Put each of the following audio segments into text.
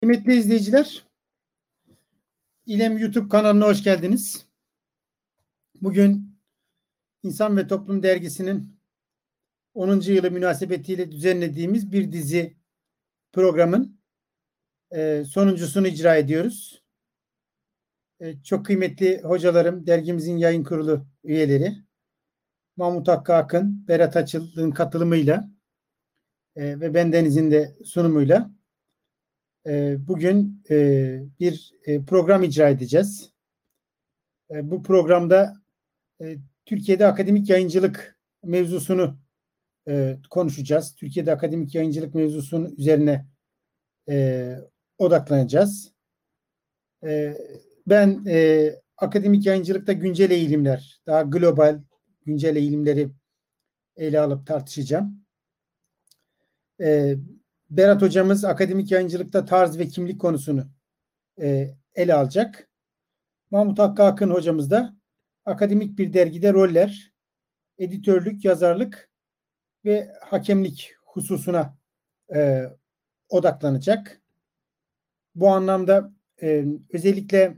Kıymetli izleyiciler, İLEM YouTube kanalına hoş geldiniz. Bugün İnsan ve Toplum Dergisi'nin 10. yılı münasebetiyle düzenlediğimiz bir dizi programın sonuncusunu icra ediyoruz. Çok kıymetli hocalarım, dergimizin yayın kurulu üyeleri, Mahmut Hakkı Akın, Berat Açıl'ın katılımıyla ve bendenizin de sunumuyla bugün bir program icra edeceğiz. Bu programda Türkiye'de akademik yayıncılık mevzusunu konuşacağız. Türkiye'de akademik yayıncılık mevzusunun üzerine odaklanacağız. Ben akademik yayıncılıkta güncel eğilimler, daha global güncel eğilimleri ele alıp tartışacağım. Berat hocamız akademik yayıncılıkta tarz ve kimlik konusunu ele alacak. Mahmut Hakkı Akın hocamız da akademik bir dergide roller, editörlük, yazarlık ve hakemlik hususuna odaklanacak. Bu anlamda özellikle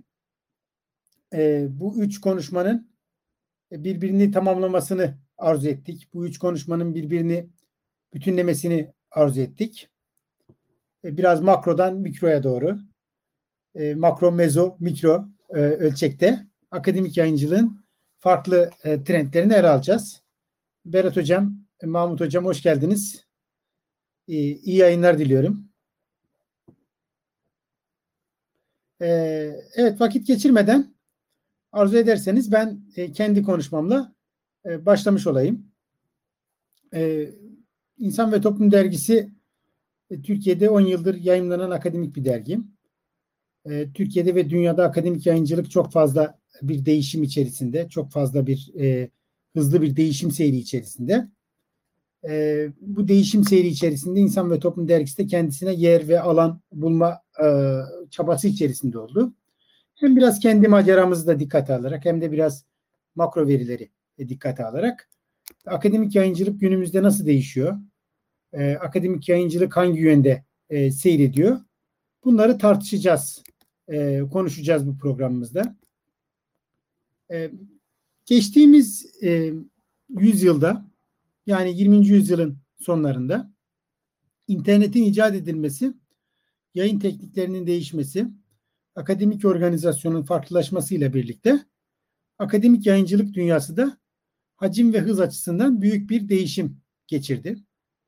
bu üç konuşmanın birbirini tamamlamasını arzu ettik. Bu üç konuşmanın birbirini bütünlemesini arzu ettik. Biraz makrodan mikroya doğru, makro, mezo, mikro ölçekte akademik yayıncılığın farklı trendlerini ele alacağız. Berat hocam, Mahmut hocam hoş geldiniz. İyi yayınlar diliyorum. Evet, vakit geçirmeden arzu ederseniz ben kendi konuşmamla başlamış olayım. İnsan ve Toplum Dergisi Türkiye'de 10 yıldır yayınlanan akademik bir dergi. Türkiye'de ve dünyada akademik yayıncılık çok fazla bir değişim içerisinde, çok fazla bir hızlı bir değişim seyri içerisinde. Bu değişim seyri içerisinde İnsan ve Toplum Dergisi de kendisine yer ve alan bulma çabası içerisinde oldu. Hem biraz kendi maceramızı da dikkate alarak hem de biraz makro verileri dikkate alarak akademik yayıncılık günümüzde nasıl değişiyor? Akademik yayıncılık hangi yönde seyrediyor? Bunları tartışacağız, konuşacağız bu programımızda. Geçtiğimiz yüzyılda, yani 20. yüzyılın sonlarında internetin icat edilmesi, yayın tekniklerinin değişmesi, akademik organizasyonun farklılaşmasıyla birlikte akademik yayıncılık dünyası da hacim ve hız açısından büyük bir değişim geçirdi.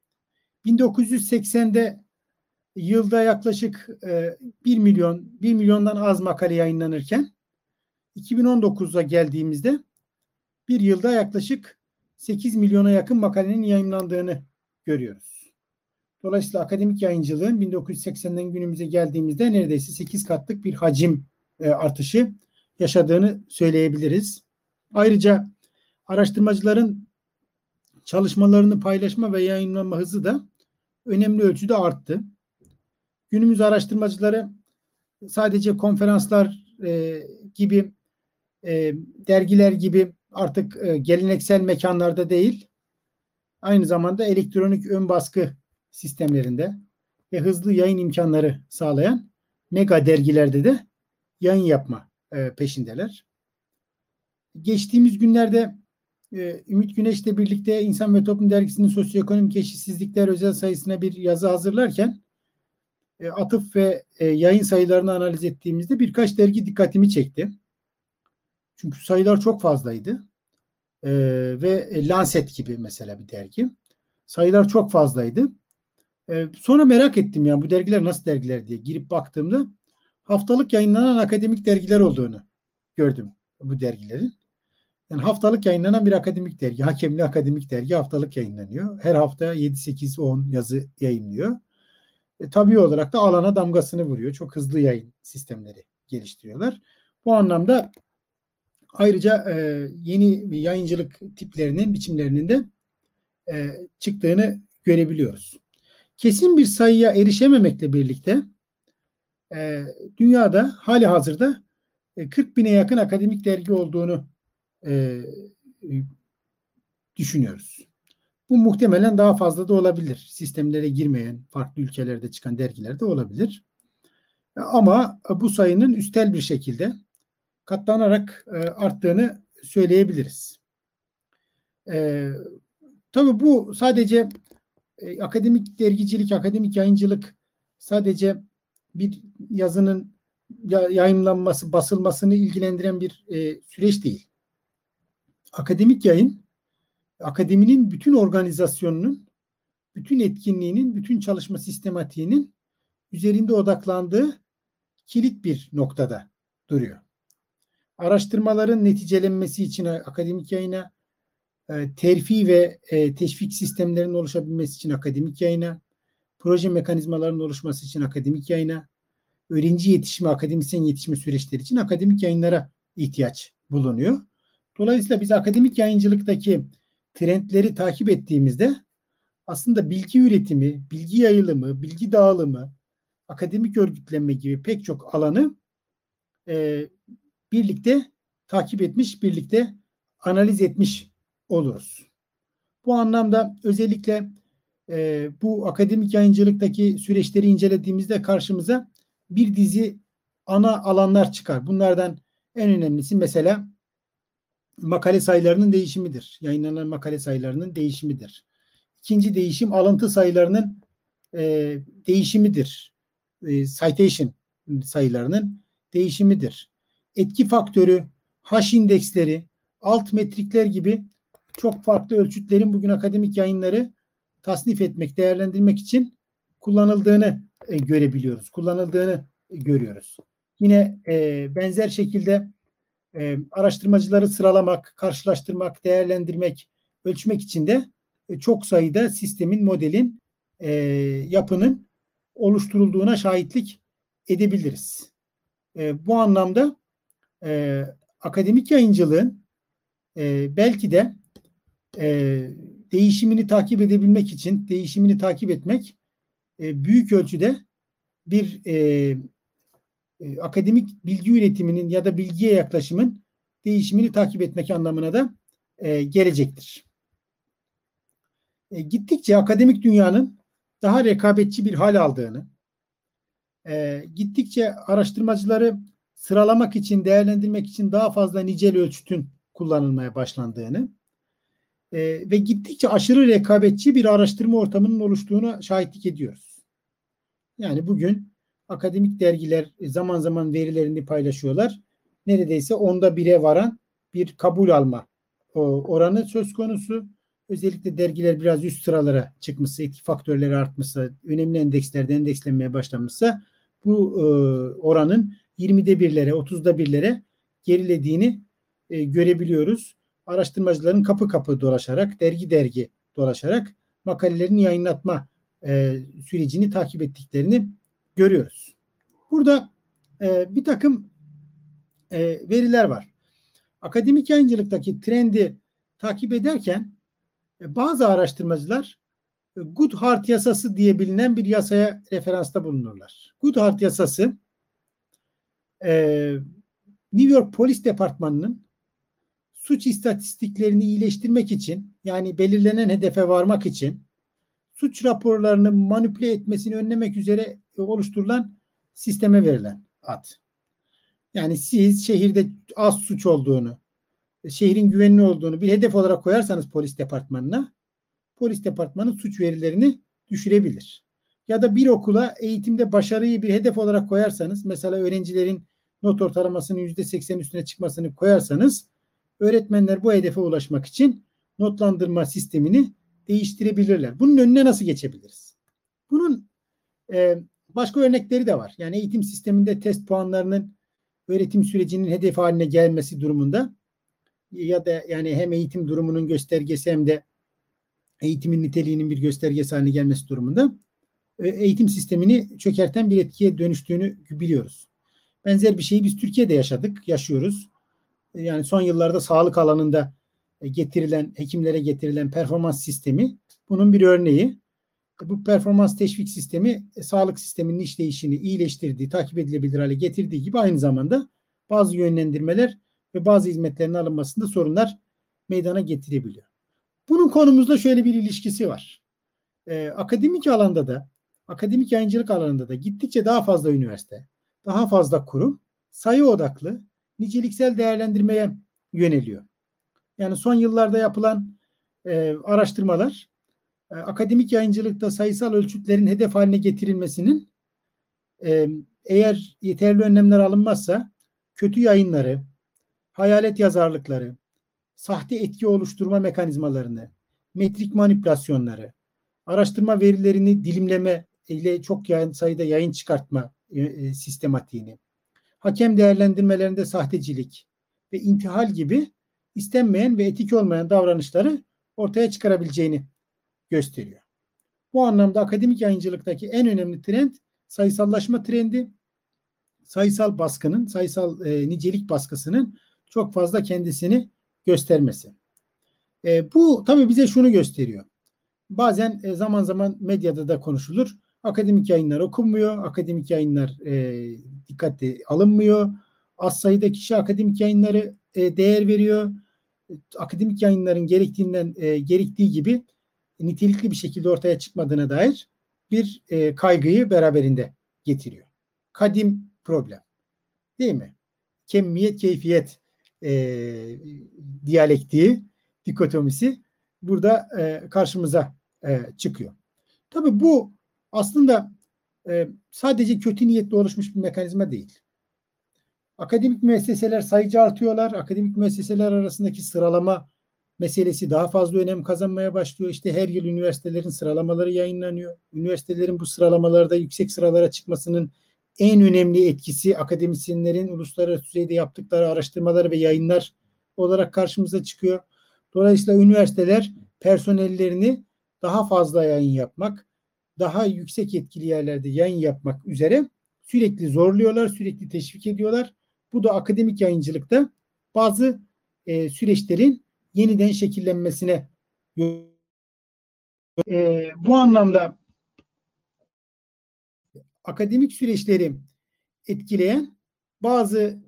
1980'de yılda yaklaşık 1 milyondan az makale yayınlanırken 2019'a geldiğimizde bir yılda yaklaşık 8 milyona yakın makalenin yayınlandığını görüyoruz. Dolayısıyla akademik yayıncılığın 1980'den günümüze geldiğimizde neredeyse 8 katlık bir hacim artışı yaşadığını söyleyebiliriz. Ayrıca araştırmacıların çalışmalarını paylaşma ve yayınlama hızı da önemli ölçüde arttı. Günümüz araştırmacıları sadece konferanslar gibi, dergiler gibi artık geleneksel mekanlarda değil, aynı zamanda elektronik ön baskı sistemlerinde ve hızlı yayın imkanları sağlayan mega dergilerde de yayın yapma peşindeler. Geçtiğimiz günlerde Ümit Güneş'le birlikte İnsan ve Toplum Dergisi'nin sosyoekonomik eşitsizlikler özel sayısına bir yazı hazırlarken atıf ve yayın sayılarını analiz ettiğimizde birkaç dergi dikkatimi çekti. Çünkü sayılar çok fazlaydı. Ve Lancet gibi mesela bir dergi. Sayılar çok fazlaydı. Sonra merak ettim ya bu dergiler nasıl dergiler diye girip baktığımda haftalık yayınlanan akademik dergiler olduğunu gördüm bu dergilerin. Yani haftalık yayınlanan bir akademik dergi, hakemli akademik dergi haftalık yayınlanıyor. Her hafta 7, 8, 10 yazı yayınlıyor. Tabii olarak da alana damgasını vuruyor. Çok hızlı yayın sistemleri geliştiriyorlar. Bu anlamda ayrıca yeni yayıncılık tiplerinin, biçimlerinin de çıktığını görebiliyoruz. Kesin bir sayıya erişememekle birlikte dünyada hali hazırda 40 bine yakın akademik dergi olduğunu düşünüyoruz. Bu muhtemelen daha fazla da olabilir. Sistemlere girmeyen, farklı ülkelerde çıkan dergiler de olabilir. Ama bu sayının üstel bir şekilde katlanarak arttığını söyleyebiliriz. Tabii bu sadece akademik dergicilik, akademik yayıncılık sadece bir yazının yayınlanması, basılmasını ilgilendiren bir süreç değil. Akademik yayın, akademinin bütün organizasyonunun, bütün etkinliğinin, bütün çalışma sistematiğinin üzerinde odaklandığı kilit bir noktada duruyor. Araştırmaların neticelenmesi için akademik yayına, terfi ve teşvik sistemlerinin oluşabilmesi için akademik yayına, proje mekanizmalarının oluşması için akademik yayına, öğrenci yetişme, akademisyen yetişme süreçleri için akademik yayınlara ihtiyaç bulunuyor. Dolayısıyla biz akademik yayıncılıktaki trendleri takip ettiğimizde aslında bilgi üretimi, bilgi yayılımı, bilgi dağılımı, akademik örgütlenme gibi pek çok alanı birlikte takip etmiş, birlikte analiz etmiş oluruz. Bu anlamda özellikle bu akademik yayıncılıktaki süreçleri incelediğimizde karşımıza bir dizi ana alanlar çıkar. Bunlardan en önemlisi mesela makale sayılarının değişimidir. Yayınlanan makale sayılarının değişimidir. İkinci değişim alıntı sayılarının değişimidir. Citation sayılarının değişimidir. Etki faktörü, hash indeksleri, alt metrikler gibi çok farklı ölçütlerin bugün akademik yayınları tasnif etmek, değerlendirmek için kullanıldığını görebiliyoruz. Kullanıldığını görüyoruz. Yine benzer şekilde araştırmacıları sıralamak, karşılaştırmak, değerlendirmek, ölçmek için de çok sayıda sistemin, modelin, yapının oluşturulduğuna şahitlik edebiliriz. Bu anlamda akademik yayıncılığın belki de değişimini takip edebilmek için, değişimini takip etmek büyük ölçüde bir akademik bilgi üretiminin ya da bilgiye yaklaşımın değişimini takip etmek anlamına da gelecektir. Gittikçe akademik dünyanın daha rekabetçi bir hal aldığını, gittikçe araştırmacıları sıralamak için, değerlendirmek için daha fazla nicel ölçütün kullanılmaya başlandığını ve gittikçe aşırı rekabetçi bir araştırma ortamının oluştuğuna şahitlik ediyoruz. Yani bugün akademik dergiler zaman zaman verilerini paylaşıyorlar. Neredeyse 1/10'a varan bir kabul alma oranı söz konusu. Özellikle dergiler biraz üst sıralara çıkmışsa, etki faktörleri artmışsa, önemli endekslerde endekslenmeye başlamışsa bu oranın 20'de birlere, 30'da birlere gerilediğini görebiliyoruz. Araştırmacıların kapı kapı dolaşarak, dergi dergi dolaşarak makalelerini yayınlatma sürecini takip ettiklerini görüyoruz. Burada bir takım veriler var. Akademik yayıncılıktaki trendi takip ederken bazı araştırmacılar Goodhart yasası diye bilinen bir yasaya referansta bulunurlar. Goodhart yasası New York Polis Departmanı'nın suç istatistiklerini iyileştirmek için, yani belirlenen hedefe varmak için suç raporlarını manipüle etmesini önlemek üzere oluşturulan sisteme verilen ad. Yani siz şehirde az suç olduğunu, şehrin güvenli olduğunu bir hedef olarak koyarsanız polis departmanına, polis departmanı suç verilerini düşürebilir. Ya da bir okula eğitimde başarıyı bir hedef olarak koyarsanız, mesela öğrencilerin not ortalamasının %80 üstüne çıkmasını koyarsanız, öğretmenler bu hedefe ulaşmak için notlandırma sistemini değiştirebilirler. Bunun önüne nasıl geçebiliriz? Bunun başka örnekleri de var. Yani eğitim sisteminde test puanlarının öğretim sürecinin hedef haline gelmesi durumunda ya da yani hem eğitim durumunun göstergesi hem de eğitimin niteliğinin bir göstergesi haline gelmesi durumunda eğitim sistemini çökerten bir etkiye dönüştüğünü biliyoruz. Benzer bir şeyi biz Türkiye'de yaşadık, yaşıyoruz. Yani son yıllarda sağlık alanında hekimlere getirilen performans sistemi bunun bir örneği. Bu performans teşvik sistemi sağlık sisteminin işleyişini iyileştirdiği, takip edilebilir hale getirdiği gibi aynı zamanda bazı yönlendirmeler ve bazı hizmetlerin alınmasında sorunlar meydana getirebiliyor. Bunun konumuzda şöyle bir ilişkisi var. Akademik alanda da, akademik yayıncılık alanında da gittikçe daha fazla üniversite, daha fazla kurum sayı odaklı niceliksel değerlendirmeye yöneliyor. Yani son yıllarda yapılan araştırmalar akademik yayıncılıkta sayısal ölçütlerin hedef haline getirilmesinin eğer yeterli önlemler alınmazsa kötü yayınları, hayalet yazarlıkları, sahte etki oluşturma mekanizmalarını, metrik manipülasyonları, araştırma verilerini dilimleme ile çok sayıda yayın çıkartma sistematiğini, hakem değerlendirmelerinde sahtecilik ve intihal gibi istenmeyen ve etik olmayan davranışları ortaya çıkarabileceğini gösteriyor. Bu anlamda akademik yayıncılıktaki en önemli trend sayısallaşma trendi, sayısal baskının, sayısal nicelik baskısının çok fazla kendisini göstermesi. Bu tabii bize şunu gösteriyor. Bazen zaman zaman medyada da konuşulur. Akademik yayınlar okunmuyor, akademik yayınlar dikkate alınmıyor. Az sayıda kişi akademik yayınları değer veriyor. Akademik yayınların gerektiği gibi nitelikli bir şekilde ortaya çıkmadığına dair bir kaygıyı beraberinde getiriyor. Kadim problem. Değil mi? Kemiyet, keyfiyet diyalektiği, dikotomisi burada karşımıza çıkıyor. Tabii bu aslında sadece kötü niyetle oluşmuş bir mekanizma değil. Akademik müesseseler sayıca artıyorlar. Akademik müesseseler arasındaki sıralama meselesi daha fazla önem kazanmaya başlıyor. İşte her yıl üniversitelerin sıralamaları yayınlanıyor. Üniversitelerin bu sıralamalarda yüksek sıralara çıkmasının en önemli etkisi akademisyenlerin uluslararası düzeyde yaptıkları araştırmalar ve yayınlar olarak karşımıza çıkıyor. Dolayısıyla üniversiteler personellerini daha fazla yayın yapmak, daha yüksek etkili yerlerde yayın yapmak üzere sürekli zorluyorlar, sürekli teşvik ediyorlar. Bu da akademik yayıncılıkta bazı süreçlerin yeniden şekillenmesine bu anlamda akademik süreçleri etkileyen bazı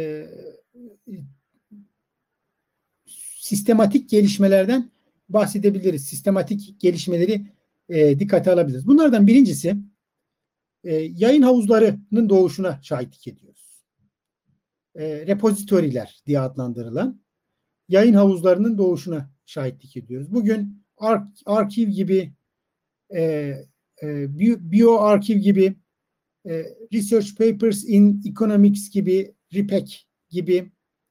sistematik gelişmelerden bahsedebiliriz. Sistematik gelişmeleri dikkate alabiliriz. Bunlardan birincisi yayın havuzlarının doğuşuna şahitlik ediyoruz. Repozitoriler diye adlandırılan yayın havuzlarının doğuşuna şahitlik ediyoruz. Bugün arkiv gibi, bioarkiv gibi, Research Papers in Economics gibi, RIPEC gibi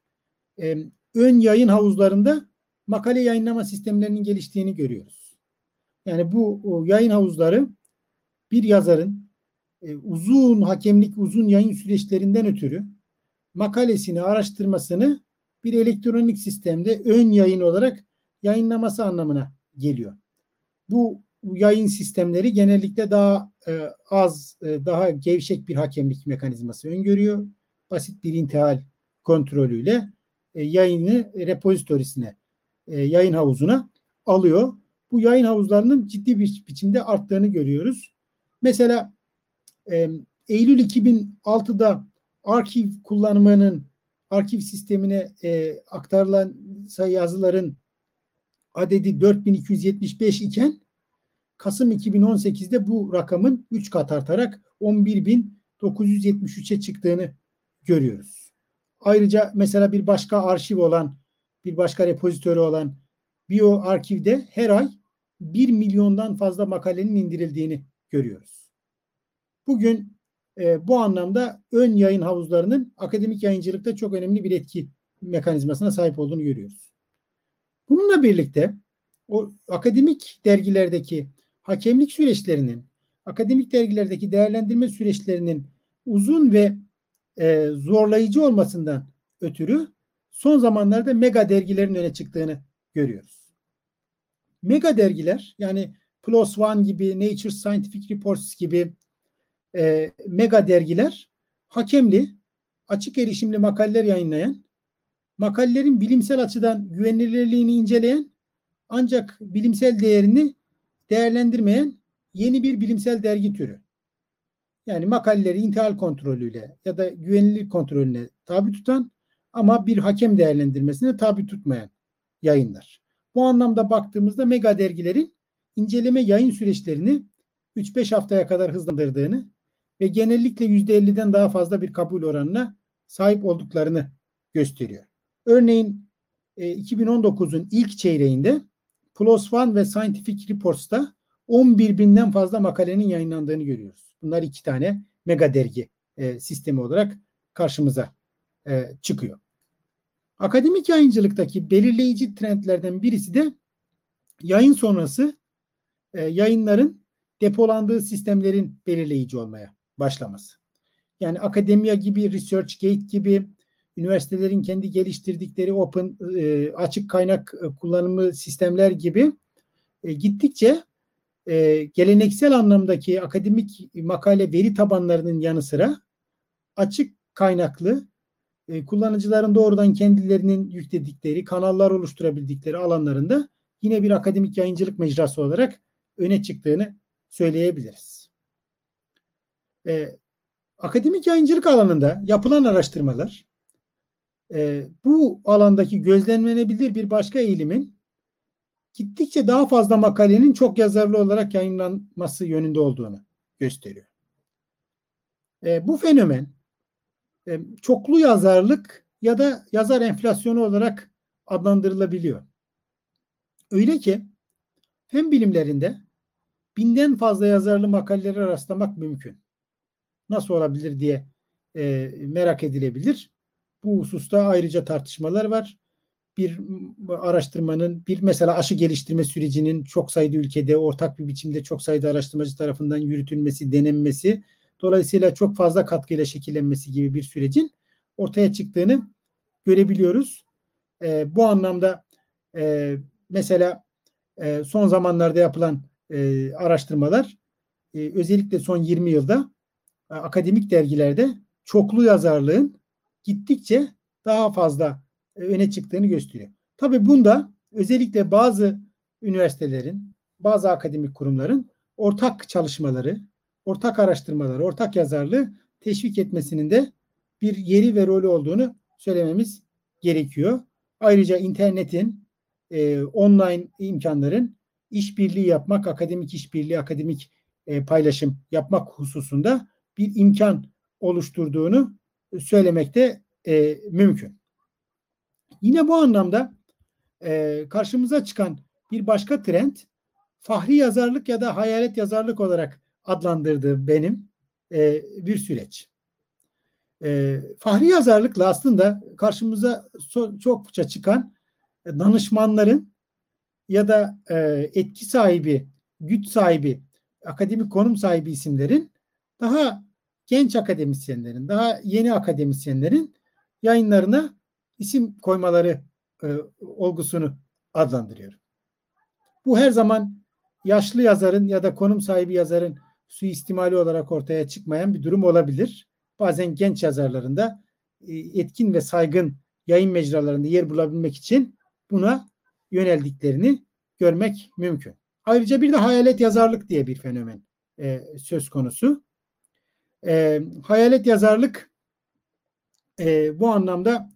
ön yayın havuzlarında makale yayınlama sistemlerinin geliştiğini görüyoruz. Yani bu yayın havuzları bir yazarın uzun hakemlik, uzun yayın süreçlerinden ötürü makalesini, araştırmasını bir elektronik sistemde ön yayın olarak yayınlaması anlamına geliyor. Bu yayın sistemleri genellikle daha daha gevşek bir hakemlik mekanizması öngörüyor. Basit bir intihal kontrolüyle yayını repozitorisine, yayın havuzuna alıyor. Bu yayın havuzlarının ciddi bir biçimde arttığını görüyoruz. Mesela Eylül 2006'da arkiv kullanımının arkiv sistemine aktarılan yazıların adedi 4275 iken Kasım 2018'de bu rakamın 3 kat artarak 11.973'e çıktığını görüyoruz. Ayrıca mesela bir başka arşiv olan, bir başka repozitörü olan bioarkivde her ay 1 milyondan fazla makalenin indirildiğini görüyoruz. Bugün bu anlamda ön yayın havuzlarının akademik yayıncılıkta çok önemli bir etki mekanizmasına sahip olduğunu görüyoruz. Bununla birlikte o akademik dergilerdeki hakemlik süreçlerinin, akademik dergilerdeki değerlendirme süreçlerinin uzun ve zorlayıcı olmasından ötürü son zamanlarda mega dergilerin öne çıktığını görüyoruz. Mega dergiler, yani PLOS ONE gibi, Nature Scientific Reports gibi mega dergiler hakemli, açık erişimli makaleler yayınlayan, makalelerin bilimsel açıdan güvenilirliğini inceleyen ancak bilimsel değerini değerlendirmeyen yeni bir bilimsel dergi türü. Yani makaleleri intihal kontrolüyle ya da güvenilirlik kontrolüne tabi tutan ama bir hakem değerlendirmesine tabi tutmayan yayınlar. Bu anlamda baktığımızda mega dergilerin inceleme yayın süreçlerini 3-5 haftaya kadar hızlandırdığını ve genellikle %50'den daha fazla bir kabul oranına sahip olduklarını gösteriyor. Örneğin 2019'un ilk çeyreğinde PLOS ONE ve Scientific Reports'ta 11 binden fazla makalenin yayınlandığını görüyoruz. Bunlar iki tane mega dergi sistemi olarak karşımıza çıkıyor. Akademik yayıncılıktaki belirleyici trendlerden birisi de yayın sonrası yayınların depolandığı sistemlerin belirleyici olmaya başlaması. Yani akademiya gibi, ResearchGate gibi üniversitelerin kendi geliştirdikleri open açık kaynak kullanımı sistemler gibi gittikçe geleneksel anlamdaki akademik makale veri tabanlarının yanı sıra açık kaynaklı kullanıcıların doğrudan kendilerinin yükledikleri, kanallar oluşturabildikleri alanlarında yine bir akademik yayıncılık mecrası olarak öne çıktığını söyleyebiliriz. Akademik yayıncılık alanında yapılan araştırmalar bu alandaki gözlemlenebilir bir başka eğilimin gittikçe daha fazla makalenin çok yazarlı olarak yayınlanması yönünde olduğunu gösteriyor. Bu fenomen çoklu yazarlık ya da yazar enflasyonu olarak adlandırılabiliyor. Öyle ki fen bilimlerinde binden fazla yazarlı makalelere rastlamak mümkün. Nasıl olabilir diye merak edilebilir. Bu hususta ayrıca tartışmalar var. Bir araştırmanın, bir mesela aşı geliştirme sürecinin çok sayıda ülkede ortak bir biçimde çok sayıda araştırmacı tarafından yürütülmesi, denenmesi, dolayısıyla çok fazla katkıyla şekillenmesi gibi bir sürecin ortaya çıktığını görebiliyoruz. Bu anlamda mesela son zamanlarda yapılan araştırmalar özellikle son 20 yılda akademik dergilerde çoklu yazarlığın gittikçe daha fazla öne çıktığını gösteriyor. Tabii bunda özellikle bazı üniversitelerin, bazı akademik kurumların ortak çalışmaları, ortak araştırmaları, ortak yazarlığı teşvik etmesinin de bir yeri ve rolü olduğunu söylememiz gerekiyor. Ayrıca internetin, online imkanların işbirliği yapmak, akademik işbirliği, akademik paylaşım yapmak hususunda bir imkan oluşturduğunu söylemek de mümkün. Yine bu anlamda karşımıza çıkan bir başka trend fahri yazarlık ya da hayalet yazarlık olarak adlandırdığım benim bir süreç. Fahri yazarlıkla aslında karşımıza çokça çıkan danışmanların ya da etki sahibi, güç sahibi, akademik konum sahibi isimlerin daha genç akademisyenlerin, daha yeni akademisyenlerin yayınlarına isim koymaları olgusunu adlandırıyorum. Bu her zaman yaşlı yazarın ya da konum sahibi yazarın suistimali olarak ortaya çıkmayan bir durum olabilir. Bazen genç yazarların da etkin ve saygın yayın mecralarında yer bulabilmek için buna yöneldiklerini görmek mümkün. Ayrıca bir de hayalet yazarlık diye bir fenomen söz konusu. Hayalet yazarlık bu anlamda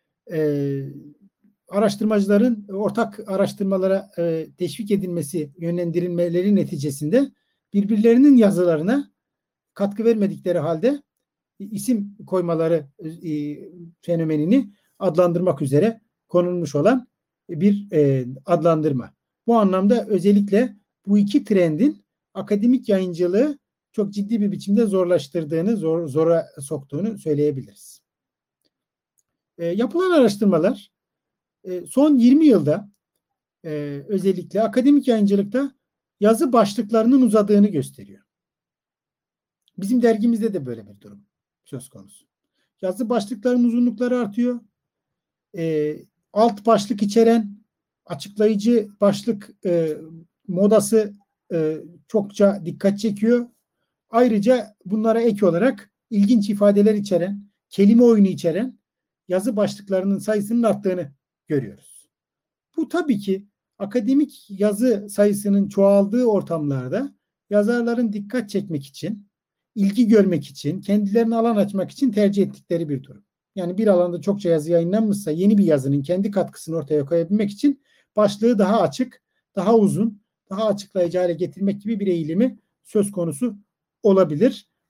araştırmacıların ortak araştırmalara teşvik edilmesi, yönlendirilmeleri neticesinde birbirlerinin yazılarına katkı vermedikleri halde isim koymaları fenomenini adlandırmak üzere konulmuş olan bir adlandırma. Bu anlamda özellikle bu iki trendin akademik yayıncılığı çok ciddi bir biçimde zorlaştırdığını, zora soktuğunu söyleyebiliriz. Yapılan araştırmalar son 20 yılda özellikle akademik yayıncılıkta yazı başlıklarının uzadığını gösteriyor. Bizim dergimizde de böyle bir durum söz konusu. Yazı başlıklarının uzunlukları artıyor. Alt başlık içeren açıklayıcı başlık modası çokça dikkat çekiyor. Ayrıca bunlara ek olarak ilginç ifadeler içeren, kelime oyunu içeren yazı başlıklarının sayısının arttığını görüyoruz. Bu tabii ki akademik yazı sayısının çoğaldığı ortamlarda yazarların dikkat çekmek için, ilgi görmek için, kendilerine alan açmak için tercih ettikleri bir durum. Yani bir alanda çokça yazı yayınlanmışsa yeni bir yazının kendi katkısını ortaya koyabilmek için başlığı daha açık, daha uzun, daha açıklayıcı hale getirmek gibi bir eğilimi söz konusu olabilir.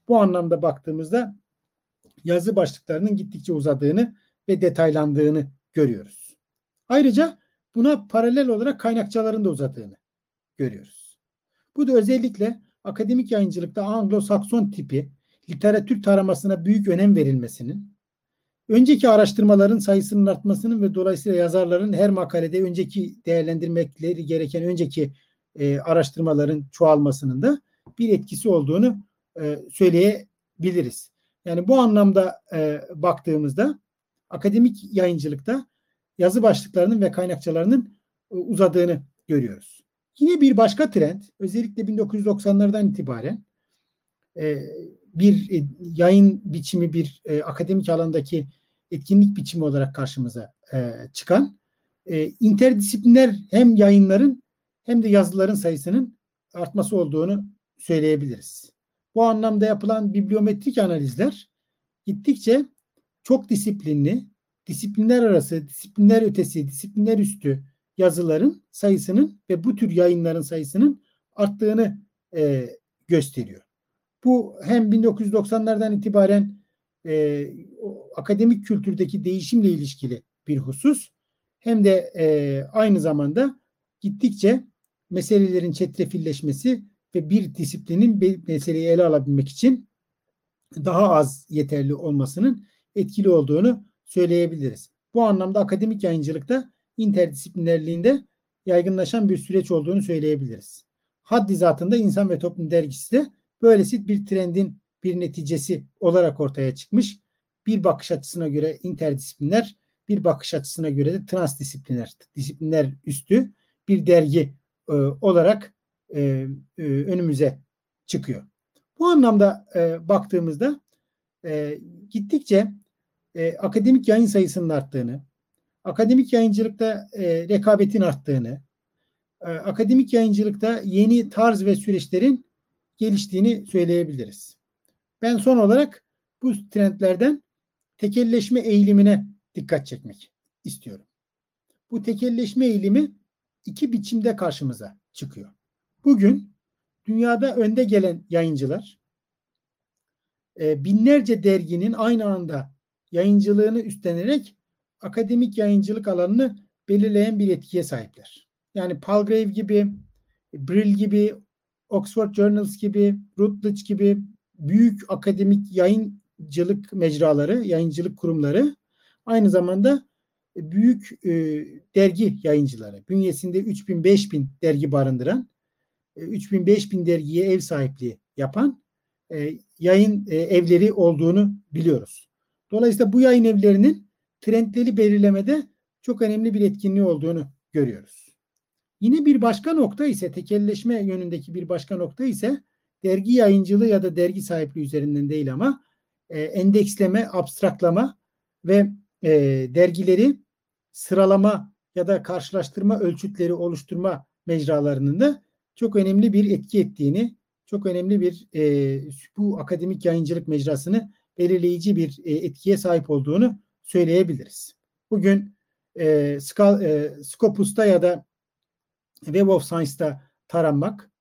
Bu anlamda baktığımızda yazı başlıklarının gittikçe uzadığını ve detaylandığını görüyoruz. Ayrıca buna paralel olarak kaynakçaların da uzadığını görüyoruz. Bu da özellikle akademik yayıncılıkta Anglo-Sakson tipi literatür taramasına büyük önem verilmesinin, önceki araştırmaların sayısının artmasının ve dolayısıyla yazarların her makalede önceki değerlendirmekleri gereken önceki araştırmaların çoğalmasının da bir etkisi olduğunu söyleyebiliriz. Yani bu anlamda baktığımızda akademik yayıncılıkta yazı başlıklarının ve kaynakçalarının uzadığını görüyoruz. Yine bir başka trend, özellikle 1990'lardan itibaren bir yayın biçimi, bir akademik alandaki etkinlik biçimi olarak karşımıza çıkan interdisipliner hem yayınların hem de yazıların sayısının artması olduğunu söyleyebiliriz. Bu anlamda yapılan bibliometrik analizler gittikçe çok disiplinli, disiplinler arası, disiplinler ötesi, disiplinler üstü yazıların sayısının ve bu tür yayınların sayısının arttığını gösteriyor. Bu hem 1990'lardan itibaren akademik kültürdeki değişimle ilişkili bir husus, hem de aynı zamanda gittikçe meselelerin çetrefilleşmesi ve bir disiplinin bir meseleyi ele alabilmek için daha az yeterli olmasının etkili olduğunu söyleyebiliriz. Bu anlamda akademik yayıncılıkta interdisiplinerliğinde yaygınlaşan bir süreç olduğunu söyleyebiliriz. Haddi zatında İnsan ve Toplum dergisi de böylesi bir trendin bir neticesi olarak ortaya çıkmış. Bir bakış açısına göre interdisipliner, bir bakış açısına göre de transdisipliner, disiplinler üstü bir dergi olarak önümüze çıkıyor. Bu anlamda baktığımızda gittikçe akademik yayın sayısının arttığını, akademik yayıncılıkta rekabetin arttığını, akademik yayıncılıkta yeni tarz ve süreçlerin geliştiğini söyleyebiliriz. Ben son olarak bu trendlerden tekelleşme eğilimine dikkat çekmek istiyorum. Bu tekelleşme eğilimi iki biçimde karşımıza çıkıyor. Bugün dünyada önde gelen yayıncılar binlerce derginin aynı anda yayıncılığını üstlenerek akademik yayıncılık alanını belirleyen bir etkiye sahipler. Yani Palgrave gibi, Brill gibi, Oxford Journals gibi, Routledge gibi büyük akademik yayıncılık mecraları, yayıncılık kurumları aynı zamanda büyük dergi yayıncıları. Bünyesinde 3000-5000 dergi barındıran, 3000-5000 dergiye ev sahipliği yapan yayın evleri olduğunu biliyoruz. Dolayısıyla bu yayın evlerinin trendleri belirlemede çok önemli bir etkinliği olduğunu görüyoruz. Yine bir başka nokta ise, tekelleşme yönündeki bir başka nokta ise dergi yayıncılığı ya da dergi sahipliği üzerinden değil ama endeksleme, abstraklama ve dergileri sıralama ya da karşılaştırma ölçütleri oluşturma mecralarının da çok önemli bir etki ettiğini, çok önemli bir bu akademik yayıncılık mecrasını belirleyici bir etkiye sahip olduğunu söyleyebiliriz. Bugün Scopus'ta ya da Web of Science'da taranmak,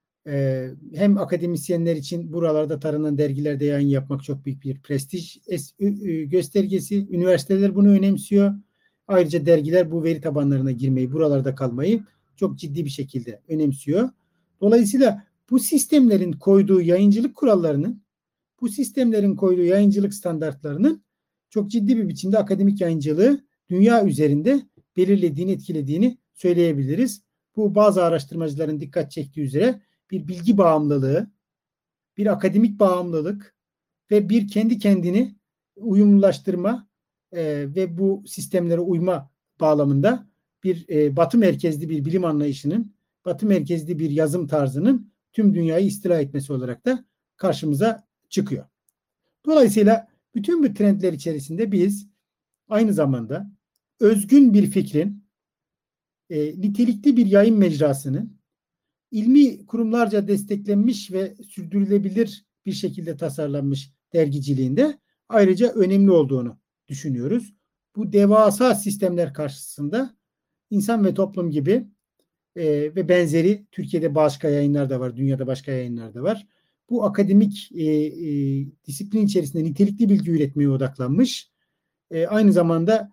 hem akademisyenler için buralarda taranan dergilerde yayın yapmak çok büyük bir prestij göstergesi. Üniversiteler bunu önemsiyor. Ayrıca dergiler bu veri tabanlarına girmeyi, buralarda kalmayı çok ciddi bir şekilde önemsiyor. Dolayısıyla bu sistemlerin koyduğu yayıncılık kurallarının, bu sistemlerin koyduğu yayıncılık standartlarının çok ciddi bir biçimde akademik yayıncılığı dünya üzerinde belirlediğini, etkilediğini söyleyebiliriz. Bu bazı araştırmacıların dikkat çektiği üzere bir bilgi bağımlılığı, bir akademik bağımlılık ve bir kendi kendini uyumlulaştırma ve bu sistemlere uyma bağlamında bir Batı merkezli bir bilim anlayışının, Batı merkezli bir yazım tarzının tüm dünyayı istila etmesi olarak da karşımıza çıkıyor. Dolayısıyla bütün bu trendler içerisinde biz aynı zamanda özgün bir fikrin, nitelikli bir yayın mecrasının ilmi kurumlarca desteklenmiş ve sürdürülebilir bir şekilde tasarlanmış dergiciliğinde ayrıca önemli olduğunu düşünüyoruz. Bu devasa sistemler karşısında İnsan ve Toplum gibi ve benzeri Türkiye'de başka yayınlar da var, dünyada başka yayınlar da var. bu akademik disiplin içerisinde nitelikli bilgi üretmeye odaklanmış. Aynı zamanda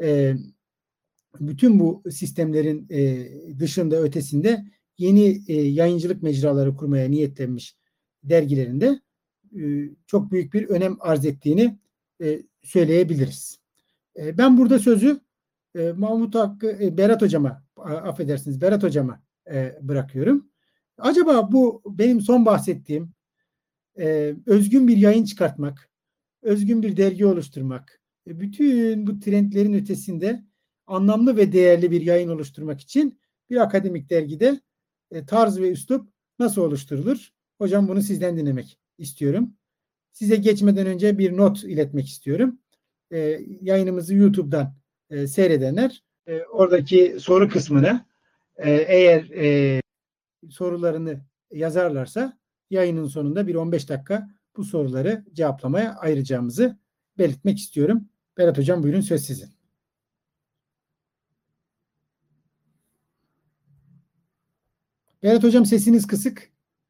bütün bu sistemlerin dışında, ötesinde yeni yayıncılık mecraları kurmaya niyetlenmiş dergilerinde çok büyük bir önem arz ettiğini söyleyebiliriz. Ben burada sözü Mahmut Hakkı, Berat Hocama, affedersiniz Berat Hocama bırakıyorum. Acaba bu benim son bahsettiğim özgün bir yayın çıkartmak, özgün bir dergi oluşturmak, bütün bu trendlerin ötesinde anlamlı ve değerli bir yayın oluşturmak için bir akademik dergide tarz ve üslup nasıl oluşturulur? Hocam bunu sizden dinlemek istiyorum. Size geçmeden önce bir not iletmek istiyorum. Yayınımızı YouTube'dan seyredenler oradaki soru kısmına eğer sorularını yazarlarsa yayının sonunda bir 15 dakika bu soruları cevaplamaya ayıracağımızı belirtmek istiyorum. Berat Hocam buyurun, söz sizin. Berat Hocam sesiniz kısık.